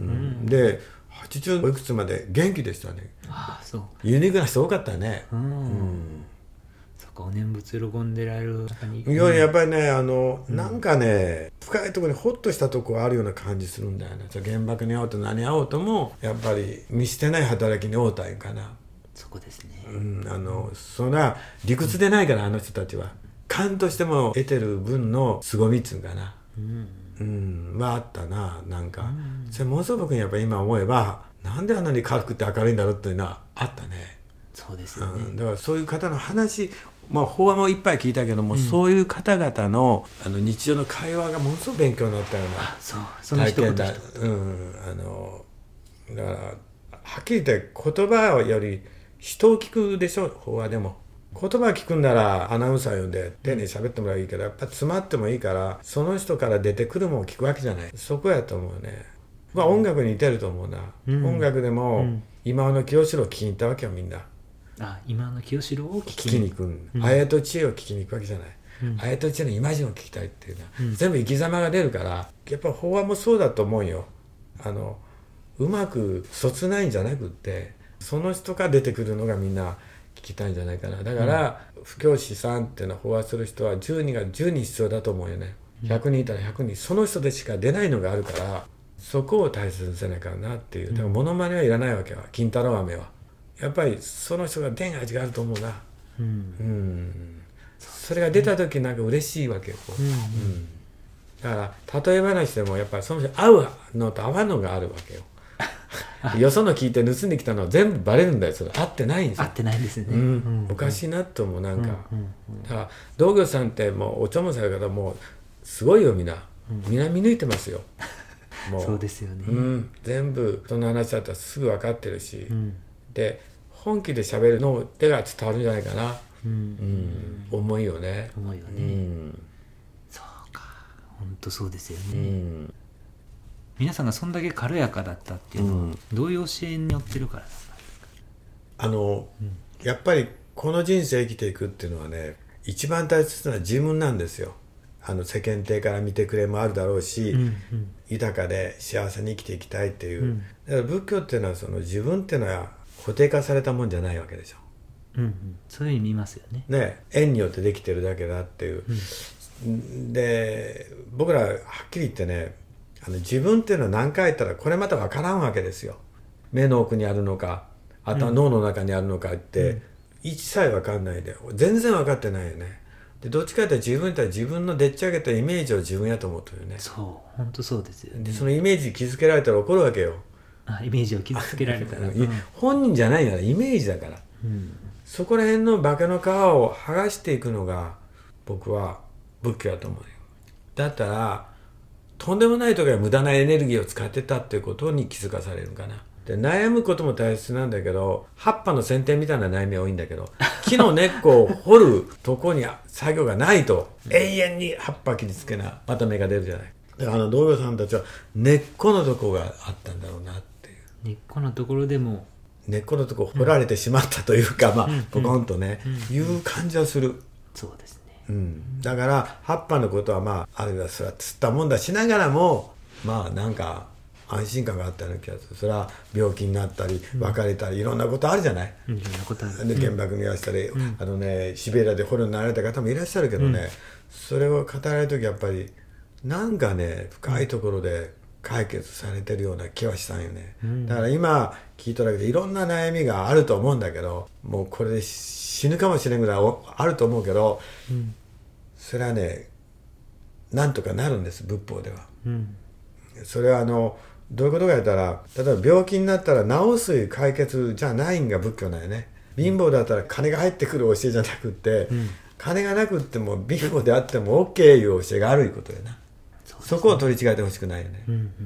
ではちじゅうおいくつまで元気でしたね。ああ、そう。ユニークな人多かったね。うん、うん、 そっか、お念仏喜んでられる中に、 いややっぱりね、あの、うん、なんかね深いところにホッとしたとこあるような感じするんだよね。原爆に会おうと何会おうともやっぱり見捨てない働きに会うたんかな。 そこですね、 うん、あのそんな理屈でないから、あの人たちは勘としても得てる分の凄みっつうんかな、うんうん、はあったな。なんか、うん、それものすごくやっぱ今思えば、なんであんなに軽くて明るいんだろうっていうのはあったね。 そうですよね、 うん、だからそういう方の話、まあ法話もいっぱい聞いたけども、うん、そういう方々のあの日常の会話がものすごく勉強になったような、 そう、その一言だ、 うん、あのだからはっきり言って言葉より人を聞くでしょ、法話でも。言葉聞くんならアナウンサー呼んで丁寧に喋ってもらえばいいけど、やっぱ詰まってもいいからその人から出てくるもんを聞くわけじゃない。そこやと思うね。まあ音楽に似てると思うな、うん、音楽でも、うん、今の清志郎を聞きに行ったわけよ、みんな。 あ、今の清志郎を聞きに行く、うん、あやと知恵を聞きに行くわけじゃない、うん、あやと知恵のイマジンを聞きたいっていうのは、うん、全部生き様が出るから、やっぱ法話もそうだと思うよ。あのうまくそつないんじゃなくって、その人が出てくるのがみんな聞きたいんじゃないかな。だから、うん、布教師さんっていうのは法話する人はじゅうにんがじゅうにん必要だと思うよね。ひゃくにんいたらひゃくにん、その人でしか出ないのがあるから、そこを大切にせなきゃなっていう。だからモノマネはいらないわけは、金太郎飴はやっぱりその人が出ん味があると思うな、うん、うん、それが出た時なんか嬉しいわけよ、うんうん、だから例え話でもやっぱりその人合うのと合わんのがあるわけよよその聞いて盗んできたのは全部バレるんだよ。それ合ってないんですよ。 合ってないですね、 うんうんおかしいなと思う。なんか、 うんうんうん、 だから道業さんってもうおちょもされる方もうすごいよ。みんな、うん、みんな見抜いてますよ。もうそうですよね、 うん、全部その話だったらすぐ分かってるし、 うん、 で本気で喋るの手が伝わるんじゃないかな、 うんうん、重いよね。 重いよね、うん、そうか、本当そうですよね、うん、皆さんがそんだけ軽やかだったっていうのは、うん、どういう教えによってるからですか。 あの、うん、やっぱりこの人生生きていくっていうのはね、一番大切なのは自分なんですよ。あの世間体から見てくれもあるだろうし、うんうん、豊かで幸せに生きていきたいっていう、うん、だから仏教っていうのはその自分っていうのは固定化されたもんじゃないわけでしょ、 うんうん、そういうふうに見ますよね。 ね、縁によってできてるだけだっていう、うん、で僕らはっきり言ってね、あの自分っていうのは何回言ったらこれまた分からんわけですよ。目の奥にあるのかあとは脳の中にあるのかって、うん、一切分かんないで全然分かってないよね。でどっちかというと自分って自分のでっち上げたイメージを自分やと思ってるよね。 そう本当そうですよね。 でそのイメージ傷つけられたら怒るわけよ。 あイメージを傷つけられたら、うん、 本人じゃないからイメージだから、うん、そこら辺の化けの皮を剥がしていくのが僕は仏教だと思うよ。だったらとんでもない時は無駄なエネルギーを使ってたっていうことに気づかされるかな。で悩むことも大切なんだけど、葉っぱの剪定みたいな悩みは多いんだけど木の根っこを掘るとこに作業がないと永遠に葉っぱ切りつけなまた芽が出るじゃない。だからあの道業さんたちは根っこのとこがあったんだろうなっていう。 根っこのところでも根っこのとこ掘られてしまったというか、うん、まあポコンとね、うん、いう感じはする。 そうですね、 うん、だから葉っぱのことはまああるいはそれはつったもんだしながらもまあなんか安心感があったような気がする。それは病気になったり別れたりいろんなことあるじゃない、 うん、いろんなことある。 で原爆見ましたり、うん、あのねシベリアで捕虜になられた方もいらっしゃるけどね、うん、それを語られる時やっぱりなんかね深いところで解決されてるような気はしたんよね、うん、だから今聞いただけでいろんな悩みがあると思うんだけど、もうこれで死ぬかもしれんぐらいあると思うけど、うん、それはねなんとかなるんです仏法では、うん、それはあのどういうことか言ったら、例えば病気になったら治す解決じゃないんが仏教なんよね。貧乏だったら金が入ってくる教えじゃなくって、うん、金がなくっても貧乏であっても OK いう教えがあるいうことやな。 そ,、ね、そこを取り違えてほしくないよね、うんうんうん、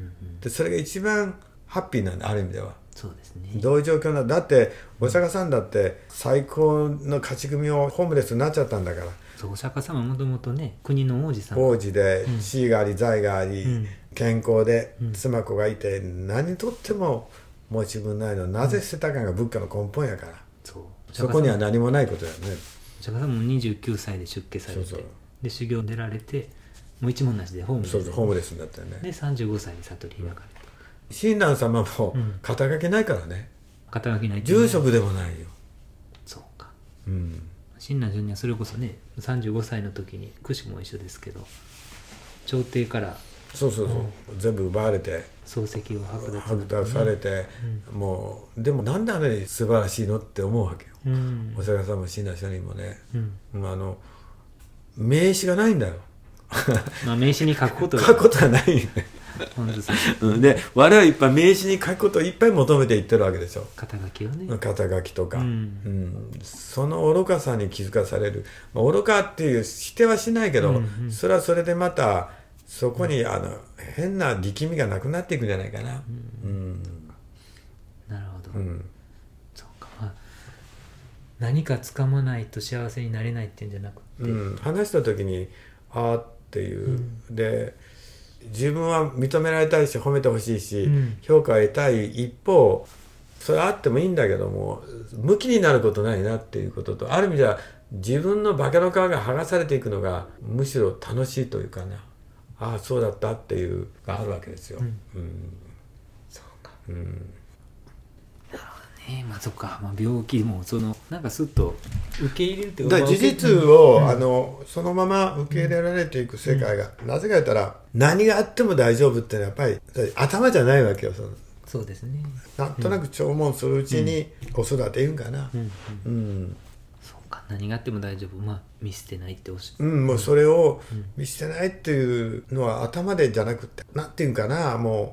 でそれが一番ハッピーなんだ、ある意味では。 そうですね。 どういう状況なだってお釈迦さんだって最高の勝ち組をホームレスになっちゃったんだから。 そうお釈迦様はもともとね国の王子様、 王子で地位があり財があり、うん、健康で妻子がいて、うん、何にとっても持ち分ないのなぜ捨てたかが仏教の根本やから、うん、そうそこには何もないことやね。 お釈迦様もにじゅうきゅうさいで出家されて、そうそうで修行出られてもう一文なしでホームレスで、ね、そうそうホームレスになったよね。でさんじゅうごさいに悟り開かれて、 親鸞様も肩書きないからね、 うん、肩書きない住職でもないよ。 そうか、 うん、 親鸞上人はそれこそねさんじゅうごさいの時にくしくも一緒ですけど朝廷からそうそうそう、うん、全部奪われて漱石を剥奪剥奪されて、うん、もうでもなんであれ素晴らしいのって思うわけよ、うん、お釈迦様も親鸞上人もね、うん、あの名詞がないんだよまあ名詞に書くこと書くことはないね本当ですね、 うん、で我々いっぱい名詞に書くことをいっぱい求めていってるわけでしょ。 肩書きをね、 肩書きとか、うんうん、その愚かさに気づかされる、まあ、愚かっていう否定はしないけど、うんうん、それはそれでまたそこに、うん、あの変な力みがなくなっていくんじゃないかな、うんうん、 なるほど、うん、そうか、まあ、何かつかまないと幸せになれないっていうんじゃなくて、 うん、話した時にあーっていう、うん、で自分は認められたいし褒めてほしいし、うん、評価を得たい一方それあってもいいんだけども向きになることないなっていうことと、ある意味では自分の化けの皮が剥がされていくのがむしろ楽しいというかな、ああそうだったっていうがあるわけですよ、うんうん、 そうか、うん、なるほどね。まあそっか、まあ、病気もそのなんかスッと受け入れるっていうか事実を、うん、あのそのまま受け入れられていく世界が、うん、なぜか言ったら何があっても大丈夫ってのはやっぱり頭じゃないわけよ。そのそうですね。 なんとなく弔問するうちに子育て言うんかな、うんうんうん、 そうか、何があっても大丈夫、まあ見捨てないっておっしゃる、 うん、もうそれを見捨てないっていうのは頭でじゃなくてなんていうんかな、もう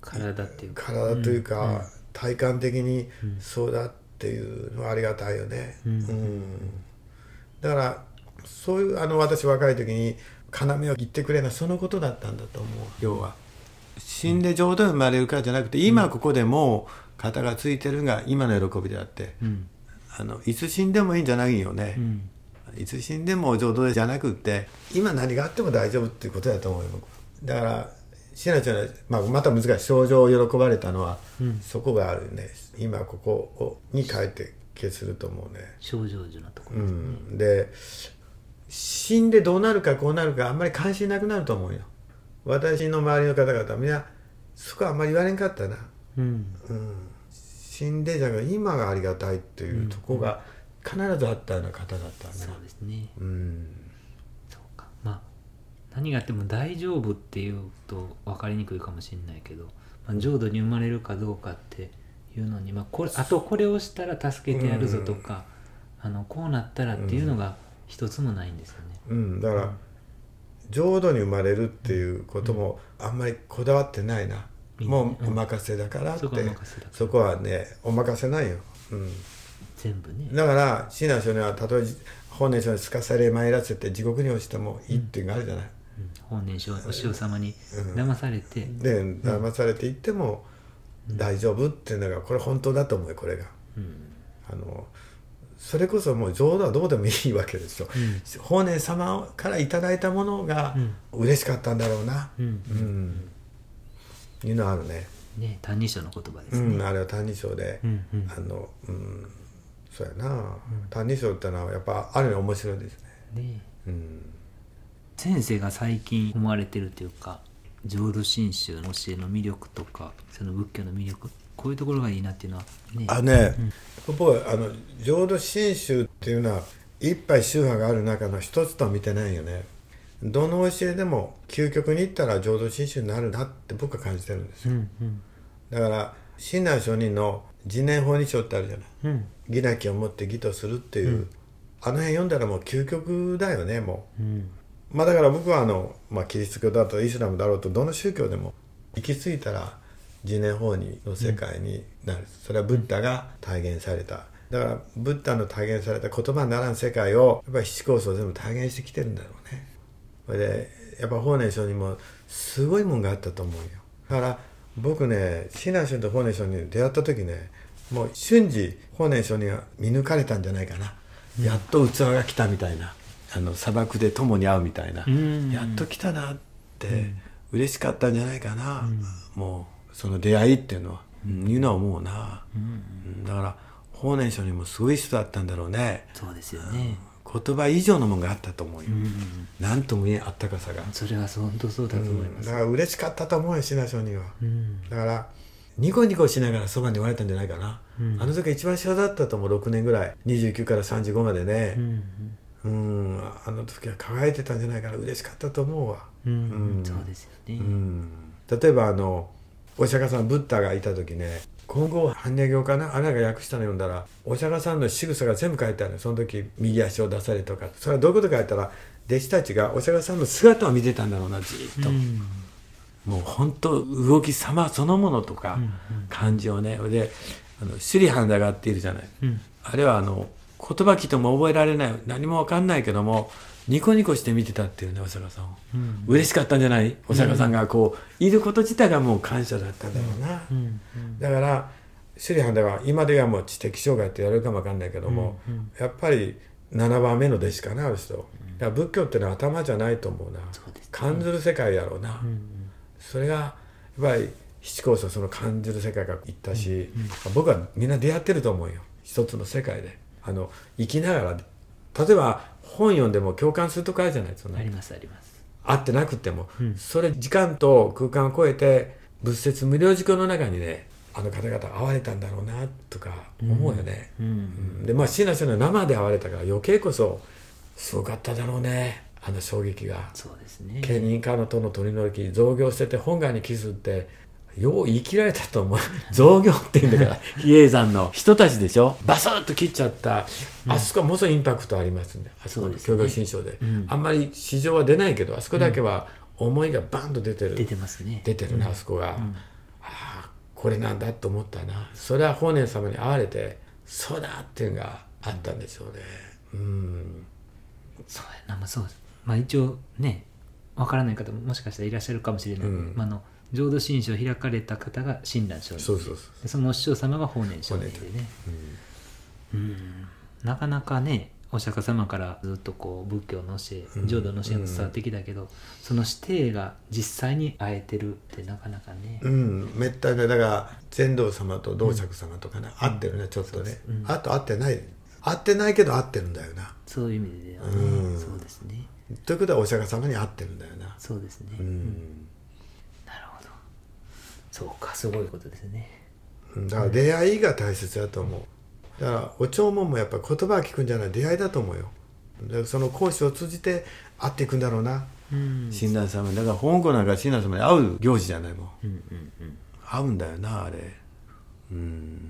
体っていうか体というか、 うん、 体感的にそうだっていうのはありがたいよね、 うんうん、だからそういうあの私若い時に要を言ってくれなそのことだったんだと思う。要は死んで浄土に生まれるからじゃなくて、今ここでも肩がついてるが今の喜びであって、うん、あのいつ死んでもいいんじゃないよね、うん、いつ死んでも浄土じゃなくって今何があっても大丈夫っていうことだと思うよ。だから椎名ちゃんは、まあ、また難しい症状を喜ばれたのは、うん、そこがあるね。今ここをに帰って決すると思うね。 症状樹のところですね、うん、 で死んでどうなるかこうなるかあんまり関心なくなると思うよ。私の周りの方々みんなそこはあんまり言われんかったな、うんうん、死んでじゃなくて今がありがたいっていうところが必ずあったような方だったね、うん、 そうですね、 うん、 そうか。まあ何があっても大丈夫っていうと分かりにくいかもしれないけど、まあ、浄土に生まれるかどうかっていうのに、まあ、これあとこれをしたら助けてやるぞとか、うん、あのこうなったらっていうのが一つもないんですよね、 うん、だから、うん、浄土に生まれるっていうこともあんまりこだわってないな、うん、もうお任せだからって、うん、そこはねお任せないよ、うん、 全部ね。 だから親鸞聖人はたとえ法然上にすかされ参らせて地獄に落ちてもいいっていうのがあるじゃない、 うん、法然上お師匠様に騙されて、うん、 で騙されていっても大丈夫っていうのがこれ本当だと思うよこれが、うん、あのそれこそもう浄土はどうでもいいわけですよ、うん、法然様からいただいたものが嬉しかったんだろうな、うんうんうん、いうのはあるね。 ね、歎異抄の言葉ですね、 うん、あれは歎異抄で、うんうん、あの、うん、そうやな、うん、歎異抄ってのはやっぱある意味面白いですね。ね、うん、 先生が最近思われてるというか浄土真宗の教えの魅力とかその仏教の魅力こういうところがいいなっていうのはね。 あね、うん、僕はあの浄土真宗っていうのは一派宗派がある中の一つとは見てないよね。どの教えでも究極に言ったら浄土真宗になるなって僕は感じてるんですよ、うんうん、だから親鸞聖人の自念法二章ってあるじゃない、うん、義なきをもって義とするっていう、うん、あの辺読んだらもう究極だよねもう、うん、まあだから僕はあの、まあ、キリスト教だとイスラムだろうとどの宗教でも行き着いたら自念法二の世界になる、うん、それはブッダが体現された。だからブッダの体現された言葉にならん世界をやっぱり七高僧全部体現してきてるんだろうね。それでやっぱ法然上人もすごいもんがあったと思うよ。だから僕ね親鸞聖人と法然上人に出会った時ねもう瞬時法然上人が見抜かれたんじゃないかな、うん、やっと器が来たみたいなあの砂漠で共に会うみたいな、うん、やっと来たなって、うん、嬉しかったんじゃないかな、うん、もうその出会いっていうのは、うん、いうのは思うな、うん、だから法然上人もすごい人だったんだろうね。 そうですよね、 言葉以上のものがあったと思うよ、うんうん、なんとも言えんあったかさが。 それは本当そうだと思います、うん、 だから嬉しかったと思うよ親鸞聖人は、うん、だからニコニコしながらそばにおられたんじゃないかな、うん、あの時一番幸せだったと思う。ろくねんぐらいにじゅうきゅうからさんじゅうごまでね、うんうんうん、あの時は輝いてたんじゃないかな。嬉しかったと思うわ、 うんうん、そうですよね、うん、 例えばあのお釈迦さんブッダがいた時ね今後般若経かなあれが訳したの読んだらお釈迦さんの仕草が全部書いてある。その時右足を出されとかそれはどういうことか言ったら弟子たちがお釈迦さんの姿を見てたんだろうなじっと、うん、もう本当動き様そのものとか感じをね、うんうん、であのシュリハンダがっているじゃない、うん、あれはあの言葉きとも覚えられない何も分かんないけどもニコニコして見てたっていうねお釈迦さんを、うん、嬉しかったんじゃないお釈迦さんがこういること自体がもう感謝だったんだろうな、うんうんうん、だからシュリハンダは今ではもう知的障害ってやるかも分かんないけども、うんうん、やっぱりななばんめの弟子かなある人、うん、だから仏教ってのは頭じゃないと思うな、そうですね、感ずる世界やろうな、うんうん、それがやっぱり七高僧その感じる世界から行ったし、うんうん、僕はみんな出会ってると思うよ一つの世界であの生きながら例えば本読んでも共感するとこあるじゃないですか。 ありますあります。 会ってなくても、うん、それ時間と空間を超えて仏説無量寿経の中にねあの方々会われたんだろうなとか思うよね、うんうん、でまあ親鸞聖人は生で会われたから余計こそすごかっただろうねあの衝撃が。 そうですね。 慶人家のとの取り除き造業してて本願に帰すってよう言い切られたと思う造業っていうんだから比叡山の人たちでしょバスッと切っちゃった、うん、あそこはものすごいインパクトありますんであそこの教行信証で、うん、あんまり市場は出ないけどあそこだけは思いがバンと出てる、 出てますね出てるな、うん、あそこが、うん、あこれなんだと思ったな。それは法然様に会われてそうだっていうのがあったんでしょうね。うん、 そうやな、まあそうです。まあ一応ね、わからない方ももしかしたらいらっしゃるかもしれないけど、うん、まあ、あの浄土真宗を開かれた方が親鸞上人で、 そうそうそう、 そのお師匠様が法然上人でね、うん、うん、なかなかねお釈迦様からずっとこう仏教の教え、浄土の教えも伝わってきたけど、うん、その師弟が実際に会えてるってなかなかね、 うん、めったにだから禅道様と道釈様とかね、うん、会ってるねちょっとね、うん、あと会ってない会ってないけど会ってるんだよな、 そういう意味ではね、うん、そうですね。 ということはお釈迦様に会ってるんだよな。 そうですね、 うん、うん、 なるほど、そうか、すごいことですね。 だから出会いが大切だと思う。だからお弔問もやっぱり言葉を聞くんじゃない出会いだと思うよ。でその講師を通じて会っていくんだろうな、うん、親鸞様だから香港なんか親鸞様に会う行事じゃないもん、うんうんうん、会うんだよなあれ、うん、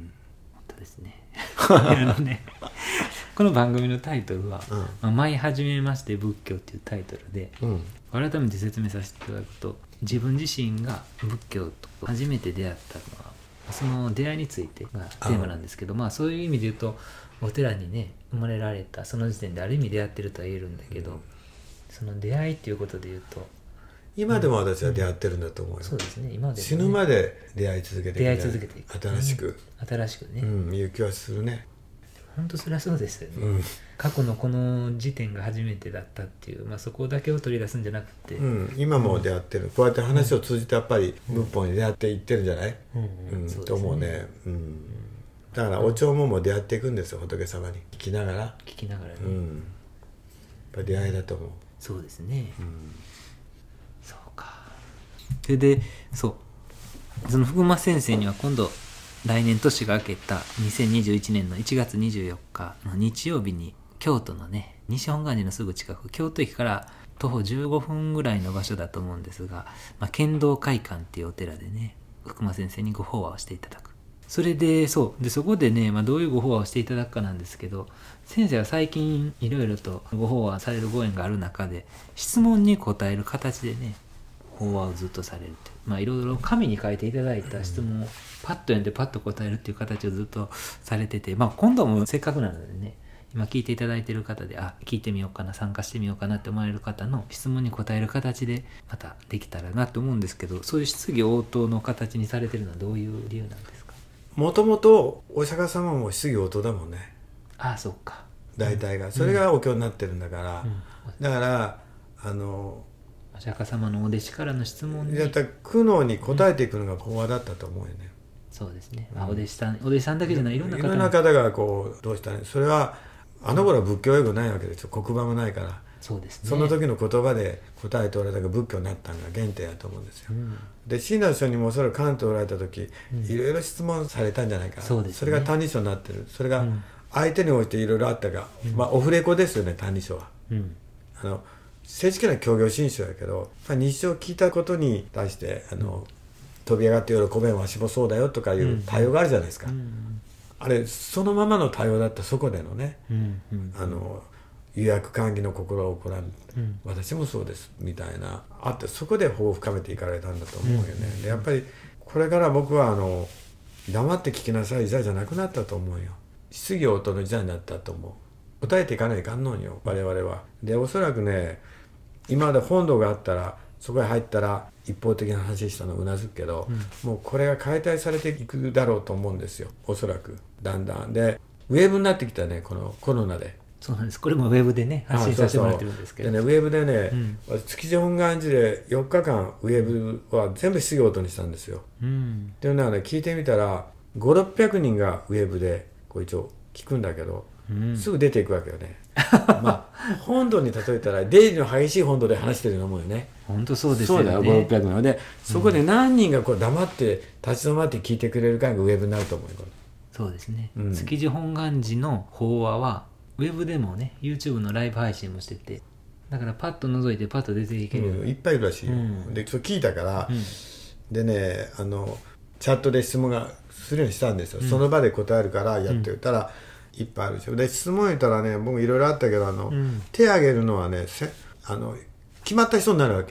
本当ですねあのねこの番組のタイトルは「うんまあ、舞い始めまして仏教」っていうタイトルで、うん、改めて説明させていただくと、自分自身が仏教と初めて出会ったのはその出会いについてがテーマなんですけど、まあそういう意味で言うとお寺にね生まれられたその時点である意味出会ってるとは言えるんだけど、うん、その出会いっていうことで言うと今でも私は出会ってるんだと思うよ、うん、 そうですね、今でも、ね、 死ぬまで出会い続けていく、 出会い続けていく、 新しく、 うん、新しくね、 うん、いう気はするね。 本当それはそうですよね、 うん、 過去のこの時点が初めてだったっていう、まあ、そこだけを取り出すんじゃなくて、 うん、今も出会ってる、こうやって話を通じてやっぱり仏法に出会っていってるんじゃない、うんうんうん、と思うね、うん、だからお弔問も出会っていくんですよ、仏様に聞きながら聞きながらね、 うん、やっぱり出会いだと思う。 そうですね、うん、そうか。それでそうその福間先生には今度来年年が明けたにせんにじゅういちねんのいちがつにじゅうよっかの日曜日に京都のね西本願寺のすぐ近く、京都駅から徒歩じゅうごふんぐらいの場所だと思うんですが、まあ、剣道会館っていうお寺でね福間先生にご法話をしていただく。それでそうでそこでね、まあ、どういうご法話をしていただくかなんですけど、先生は最近いろいろとご法話されるご縁がある中で質問に答える形でね法話をずっとされるって、まあいろいろ紙に書いていただいた質問をパッと読んでパッと答えるっていう形をずっとされてて、まあ今度もせっかくなのでね、今聞いていただいている方で、あ、聞いてみようかな、参加してみようかなって思われる方の質問に答える形でまたできたらなと思うんですけど、そういう質疑応答の形にされてるのはどういう理由なんですか？ もともとお釈迦様も質疑応答だもんね。 ああ、そうか。 大体が、うん、それがお経になってるんだから、うん、だからあのお釈迦様のお弟子からの質問にだったら苦悩に答えていくのが法話だったと思うよね、 うん、そうですね、まあ、お弟子さんお弟子さんだけじゃないいろんな方いろんな方がこうどうしたね、それはあの頃は仏教用語ないわけですよ、黒板もないから。 そうですね、 その時の言葉で答えておられたが仏教になったのが原点やと思うんですよ、うん、で親鸞聖人もおそらく関東おられた時、うん、いろいろ質問されたんじゃないかな、そうですね、それが歎異抄になってる、それが相手に応じていろいろあったが、うん、まあオフレコですよね歎異抄は、うん、あの正式な教行信書やけど、日常聞いたことに対してあの、うん、飛び上がって喜べんわしもそうだよとかいう対応があるじゃないですか、うんうん、あれそのままの対応だったそこでのね、うんうん、あの釉薬歓喜の心を行う、うん、私もそうですみたいなあって、そこで法を深めていかれたんだと思うよね、うん、でやっぱりこれから僕はあの黙って聞きなさい時代じゃなくなったと思うよ、質疑応答の時代になったと思う、答えていかないかんのんよ我々は。でおそらくね今まで本堂があったらそこへ入ったら一方的な話したのうなずくけど、うん、もうこれが解体されていくだろうと思うんですよ、おそらくだんだんでウェブになってきたね、このコロナで。 そうなんです、これもウェブでね発信させてもらってるんですけど、 でねウェブでね、うん、築地本願寺でよっかかんウェブは全部質疑応答にしたんですよ、うん、っていうのはね聞いてみたらごひゃくろっぴゃくにんがウェブでこう一応聞くんだけど、うん、すぐ出ていくわけよねまあ本堂に例えたら出入りの激しい本堂で話してるようなもんよね。 本当そうですよね。 そうだよ、ごひゃくろっぴゃくにんで、そこで何人がこう黙って立ち止まって聞いてくれるかがウェブになると思うよ。 そうですね、うん、築地本願寺の法話はウェブでもね YouTube のライブ配信もしてて、だからパッと覗いてパッと出ていける、 うん、いっぱいいるらしいよ、うん、でそれ聞いたから、うん、でねあのチャットで質問がするようにしたんですよ、うん、その場で答えるからやってたら、うん、いっぱいあるでしょ。で質問言ったらね僕いろいろあったけどあの、うん、手挙げるのはねせあの決まった人になるわけよ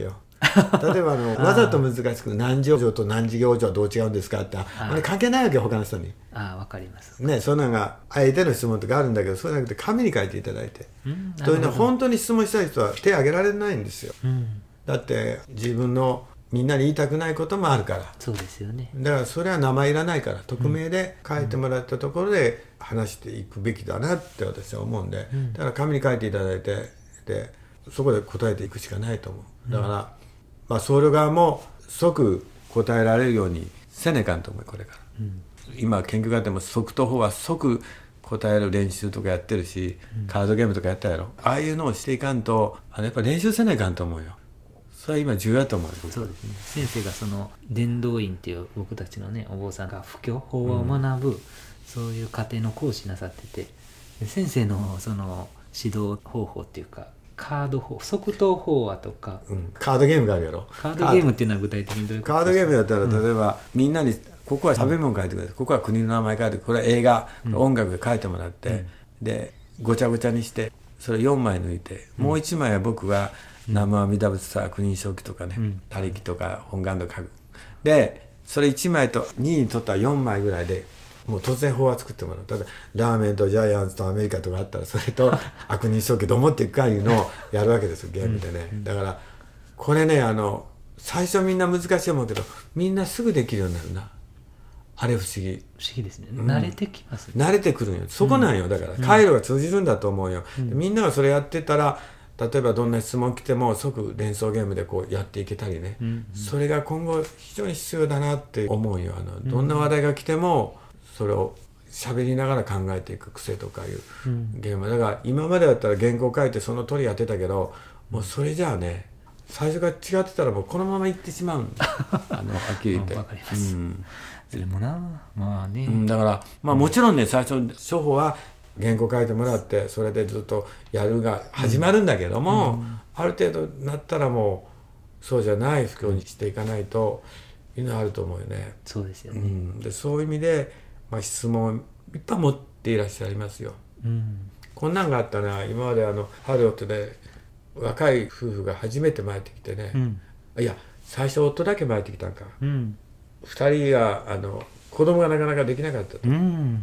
例えばあのわざと難しく何時往生と何時往生はどう違うんですかってあれ関係ないわけよ他の人に。 ああ分かります、 ね、そんなのが相手の質問とかあるんだけどそうじゃなくて紙に書いていただいて、 うん、 というのは本当に質問したい人は手を挙げられないんですよ、 うん、 だって自分のみんなに言いたくないこともあるから。 そうですよね。 だからそれは名前いらないから匿名で書いてもらったところで話していくべきだなって私は思うんで、うん、だから紙に書いていただいてでそこで答えていくしかないと思う。だから、うんまあ、僧侶側も即答えられるようにせねかんと思うこれから、うん、今研究家でも即答法は即答える練習とかやってるし、うん、カードゲームとかやったやろ。ああいうのをしていかんとあのやっぱ練習せねかんと思うよ。それは今重要だと思う。 そうですね。先生がその伝道院っていう僕たちのねお坊さんが布教法話を学ぶ、うん、そういう家庭の講師なさってて先生のその指導方法っていうかカード法即答法話とか、 うん、カードゲームがあるやろ。 カードゲームっていうのは具体的にどういうことですか？ カードゲームだったら例えば、うん、みんなにここは食べ物書いてください、うん、ここは国の名前書いてこれは映画、うん、音楽で書いてもらって、うん、でごちゃごちゃにしてそれよんまい抜いて、うん、もういちまいは僕は南無阿弥陀仏さ国人正記とかね、うん、他力とか本願とか書く。でそれいちまいとにいにとったらよんまいぐらいでもう突然法話作ってもらう。ただラーメンとジャイアンツとアメリカとかあったらそれと悪人正記どう思っていくかいうのをやるわけですよゲームでね、うん、だからこれねあの最初みんな難しいと思うけどみんなすぐできるようになるな。あれ不思議不思議ですね、うん、慣れてきますね。 慣れてくるんよ。そこなんよ。だから回路が通じるんだと思うよ、うん、みんながそれやってたら例えばどんな質問来ても即連想ゲームでこうやっていけたりね、うんうん、それが今後非常に必要だなって思うよ。あのどんな話題が来てもそれを喋りながら考えていく癖とかいうゲーム、うん、だから今までだったら原稿書いてその通りやってたけどもうそれじゃあね最初から違ってたらもうこのままいってしまうんだあのはっきり言ってわかります、うん、それもなまあね、 うん、だから、まあ、もちろんね最初処方は原稿書いてもらってそれでずっとやるが始まるんだけども、うん、ある程度なったらもうそうじゃない布教にしていかないというのはあると思うよね。 そうですよね、 うん、でそういう意味で、まあ、質問いっぱい持っていらっしゃいますよ、うん、こんなんがあったな。今まであのハリウッドで若い夫婦が初めて参ってきてね、うん、いや最初夫だけ参ってきたんか、うん、ふたりがあの子供がなかなかできなかったと、うん、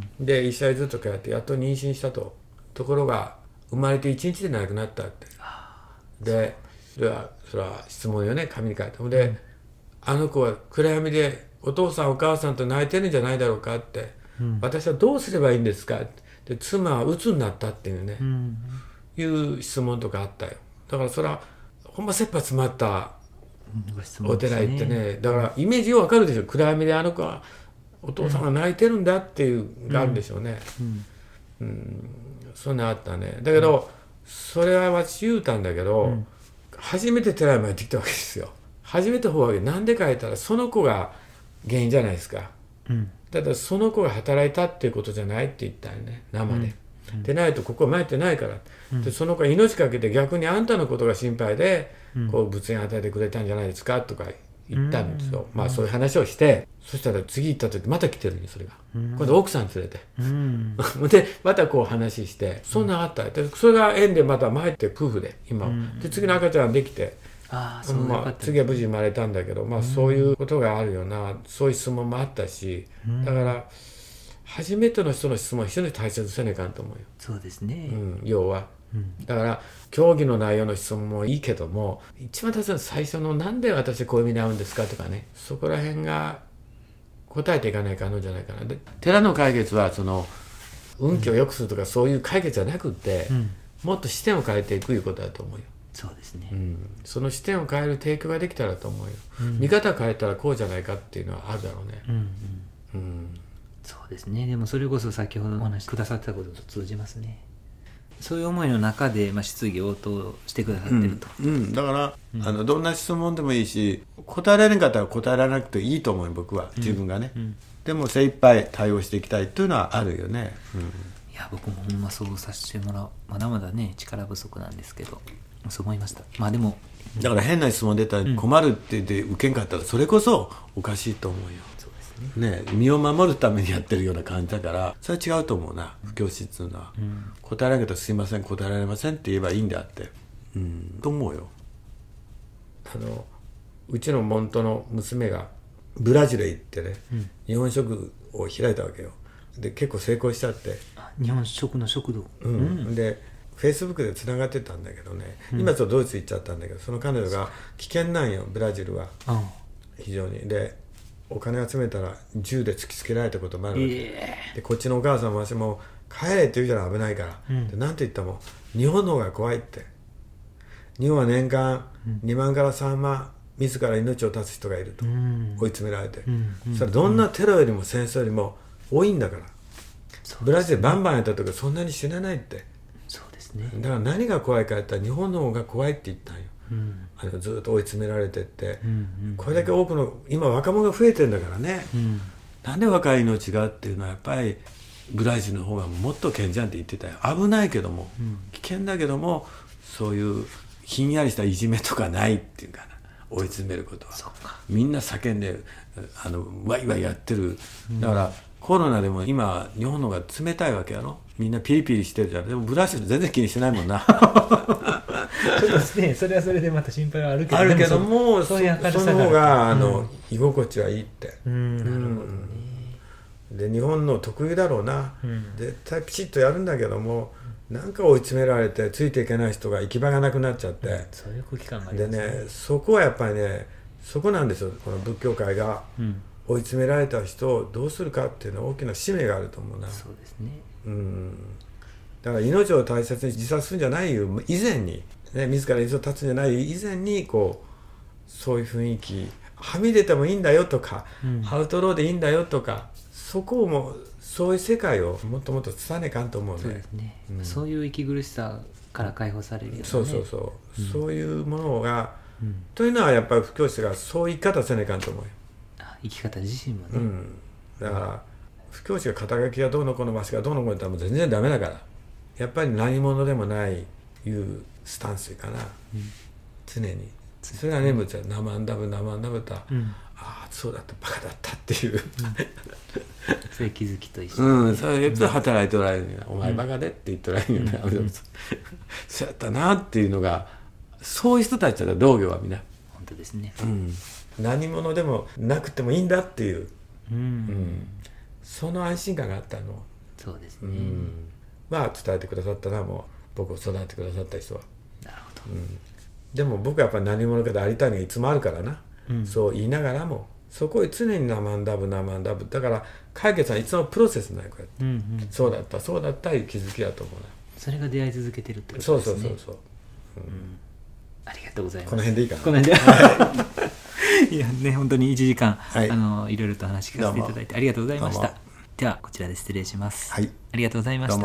でいっさいずつとかやってやっと妊娠したと。ところが生まれていちにちで亡くなったって。でそれはそれは質問よね紙に書いて。で、うん、あの子は暗闇でお父さんお母さんと泣いてるんじゃないだろうかって、うん、私はどうすればいいんですかって。で妻は鬱になったっていうね、うん、いう質問とかあったよ。だからそれはほんま切羽詰まったお寺行ってね、だからイメージよくわかるでしょ。暗闇であの子はお父さんが泣いてるんだっていうがあるんでしょうね、うんうんうん、そんなあったね。だけど、うん、それは私言うたんだけど、うん、初めて寺に参ってきたわけですよ。初めて法話なんで書いたらその子が原因じゃないですか、うん、ただその子が働いたっていうことじゃないって言ったよね生で、うん、でないとここは参ってないから、うん、でその子は命かけて逆にあんたのことが心配で、うん、こう仏縁与えてくれたんじゃないですかとか言ったんですよ、うん、まあそういう話をして、うん、そしたら次行った時また来てるんよそれが、うん、今度奥さん連れて、うん、でまたこう話してそんなあったでそれが縁でまた参って夫婦で今、うん、で次の赤ちゃんできてあそうまあ、次は無事生まれたんだけど、まあ、そういうことがあるよな、うん、そういう質問もあったし、うん、だから初めての人の質問は非常に大切せねえかんと思うよ。 そうですね、 うん、要は、うん、だから競技の内容の質問もいいけども一番大切な最初のなんで私こういう意味に合うんですかとかねそこら辺が答えていかないかんじゃないかな。で寺の解決はその運気を良くするとか、うん、そういう解決じゃなくって、うん、もっと視点を変えていくいうことだと思うよ。 そうですね、 うん、その視点を変える提供ができたらと思うよ、うん、見方を変えたらこうじゃないかっていうのはあるだろうね、うんうんうん、そうですね。でもそれこそ先ほどお話しくださったことと通じますね。そういう思いの中で、まあ、質疑応答してくださってると、 うんうん、だから、うん、あのどんな質問でもいいし答えられなかったら答えられなくていいと思うよ僕は自分がね、うんうん、でも精一杯対応していきたいっていうのはあるよね、うん、いや僕もほんまそうさせてもらうまだまだね力不足なんですけどそう思いました。まあでもだから変な質問出たら困るって言って受けんかったらそれこそおかしいと思うよ。 そうですね。 ね身を守るためにやってるような感じだからそれは違うと思うな布教師っていうのは、うん、答えられなかったらすいません答えられませんって言えばいいんであって、うん、と思うよ。あのうちの門徒の娘がブラジルへ行ってね、 うん、 日本食を開いたわけよ。で結構成功しちゃって、 日本食の食堂、 うんうん、でフェイスブックでつながってたんだけどね、うん、今ちょっとドイツ行っちゃったんだけど、その彼女が危険なんよブラジルは、うん、非常に。でお金集めたら銃で突きつけられたこともあるわけ、えー、でこっちのお母さんも私も帰れって言うじゃない危ないから、うん、でなんて言ったも日本の方が怖いって。日本は年間にまんからさんまん自ら命を絶つ人がいると、うん、追い詰められて、うんうん、そしたらどんなテロよりも戦争よりも多いんだから、うん、ブラジルバンバンやった時そんなに死なないって。 そうですね。 だから何が怖いかやったら日本の方が怖いって言ったんよ、うん、あのずっと追い詰められてって、うんうん、これだけ多くの今若者が増えてるんだからね、うん、なんで若い命がっていうのはやっぱりブラジルの方がもっと健全って言ってたよ。危ないけども、うん、危険だけどもそういうひんやりしたいじめとかないっていうかな、追い詰めることはみんな叫んであのワイワイやってる。だから、うん、コロナでも今日本の方が冷たいわけやろ。みんなピリピリしてるじゃん。でもブラジル全然気にしてないもんなちょっとね、それはそれでまた心配はあるけど、 あるけども、そ, そ, その方があの、うん、居心地はいいって、うん、なるほどね。で日本の得意だろうな、うん、絶対ピチッとやるんだけども、なんか追い詰められてついていけない人が行き場がなくなっちゃって、うん、 そういう空気感がありますね。 でね、そこはやっぱりね、そこなんですよ。この仏教界が追い詰められた人をどうするかっていうのは大きな使命があると思うな。 そうですね。 うん、だから命を大切に自殺するんじゃないよ以前に、ね、自ら命を絶つんじゃない以前にこうそういう雰囲気、はみ出てもいいんだよとか、うん、アウトローでいいんだよとか、そこをもそういう世界をもっともっと伝えねかんと思うね。 そうですね、うん、そういう息苦しさから解放されるような、ね、 そうそうそう、うん、そういうものが、うん、というのはやっぱり布教師がそういう生き方せねかんと思うよ。 あ、生き方自身もね、 うん、だから布教師が肩書きがどうのこうのマスがどうのこうのって言ったらもう全然ダメだから、やっぱり何者でもないいうスタンスかな、うん、常にそれが念仏はナマンダブナマンダブと、うん、ああそうだったバカだったっていう、うん、 そういう気づきと一緒に、 うん、それやっぱり働いておられるんや、うん、お前バカでって言っておられるんやね、うん、そうやったなっていうのが、そういう人たちだ同業はみんな本当ですね、 うん、何者でもなくてもいいんだっていう、うんうん、その安心感があったの。 そうですね、うん、 まあ伝えてくださったのはもう僕を育ててくださった人は。 なるほど、うん、 でも僕はやっぱり何者かでありたいのがいつもあるからな、うん、そう言いながらもそこへ常にナマンダブナマンダブだから解決はいつもプロセスなんやこうやって、うんうん、そうだったそうだったいう気づきだと思うな。 それが出会い続けてるってことですね。 そうそうそうそう、うんうん、ありがとうございます。 この辺でいいかな。 この辺でいやね、本当にいちじかん、はい、あのいろいろと話聞かせていただいてありがとうございました。ではこちらで失礼します、 はい、 ありがとうございました。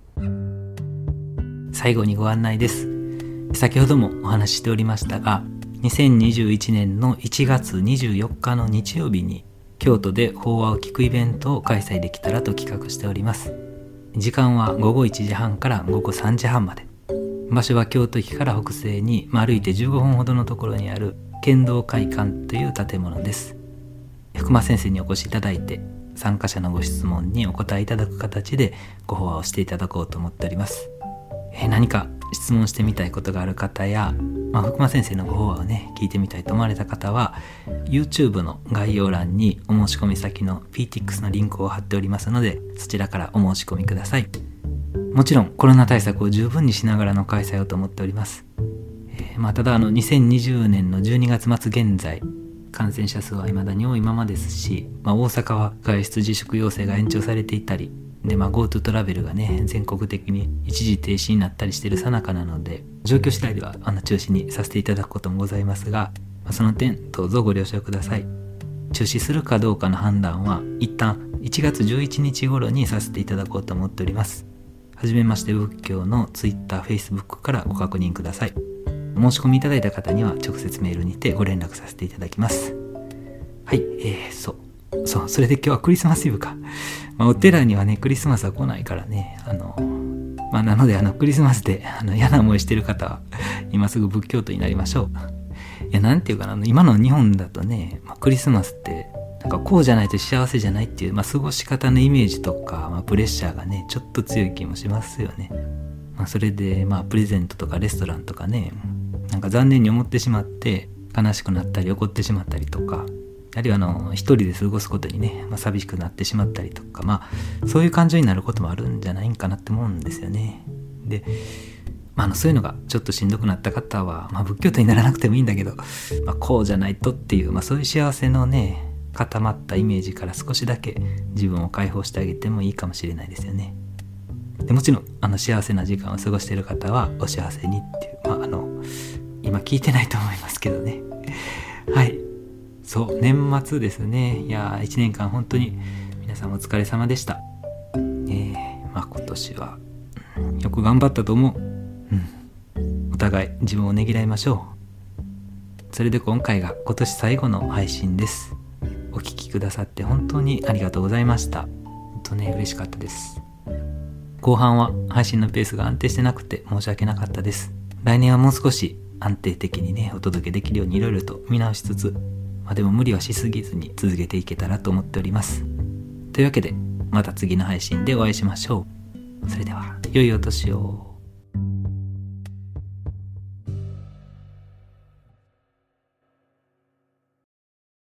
最後にご案内です。先ほどもお話ししておりましたが、にせんにじゅういちねんのいちがつにじゅうよっかの日曜日に京都で法話を聞くイベントを開催できたらと企画しております。時間はごごいちじはんからごごさんじはんまで。場所は京都駅から北西に歩いてじゅうごふんほどのところにある剣道会館という建物です。福間先生にお越しいただいて、参加者のご質問にお答えいただく形でご法話をしていただこうと思っております。えー、何か質問してみたいことがある方や、まあ、福間先生のご法話をね聞いてみたいと思われた方は YouTube の概要欄にお申し込み先の ピーティックス のリンクを貼っておりますので、そちらからお申し込みください。もちろんコロナ対策を十分にしながらの開催をと思っております。えーまあ、ただあのにせんにじゅうねんのじゅうにがつまつ現在感染者数は未だに多いままですし、まあ、大阪は外出自粛要請が延長されていたりで、まあ、GoTo トラベルがね全国的に一時停止になったりしている最中なので、状況次第ではあの中止にさせていただくこともございますが、まあ、その点どうぞご了承ください。中止するかどうかの判断は一旦いちがつじゅういちにち頃にさせていただこうと思っております。はじめまして仏教の Twitter、Facebook からご確認ください。申し込みいただいた方には直接メールにてご連絡させていただきます。はい、えー、そうそうそれで今日はクリスマスイブか、まあ、お寺にはねクリスマスは来ないからね、あのまあなのであのクリスマスであの嫌な思いしてる方は今すぐ仏教徒になりましょう。いやなんていうかな、今の日本だとね、まあ、クリスマスってなんかこうじゃないと幸せじゃないっていう、まあ、過ごし方のイメージとか、まあ、プレッシャーがねちょっと強い気もしますよね。まあ、それでまあプレゼントとかレストランとかね、なんか残念に思ってしまって悲しくなったり怒ってしまったりとか、あるいはあの一人で過ごすことにね、まあ、寂しくなってしまったりとか、まあそういう感情になることもあるんじゃないかなって思うんですよね。で、まあ、あのそういうのがちょっとしんどくなった方は、まあ、仏教徒にならなくてもいいんだけど、まあ、こうじゃないとっていう、まあ、そういう幸せのね固まったイメージから少しだけ自分を解放してあげてもいいかもしれないですよね。でもちろんあの幸せな時間を過ごしている方はお幸せにっていう、まあ、あの今聞いてないと思いますけどね。はい、そう年末ですね。いやいちねんかん本当に皆さんお疲れ様でした。えー、まあ今年は、うん、よく頑張ったと思う。うん、お互い自分をねぎらいましょう。それで今回が今年最後の配信です。お聞きくださって本当にありがとうございました。本当ね嬉しかったです。後半は配信のペースが安定してなくて申し訳なかったです。来年はもう少し安定的にねお届けできるようにいろいろと見直しつつ、まあ、でも無理はしすぎずに続けていけたらと思っております。というわけでまた次の配信でお会いしましょう。それでは良いお年を。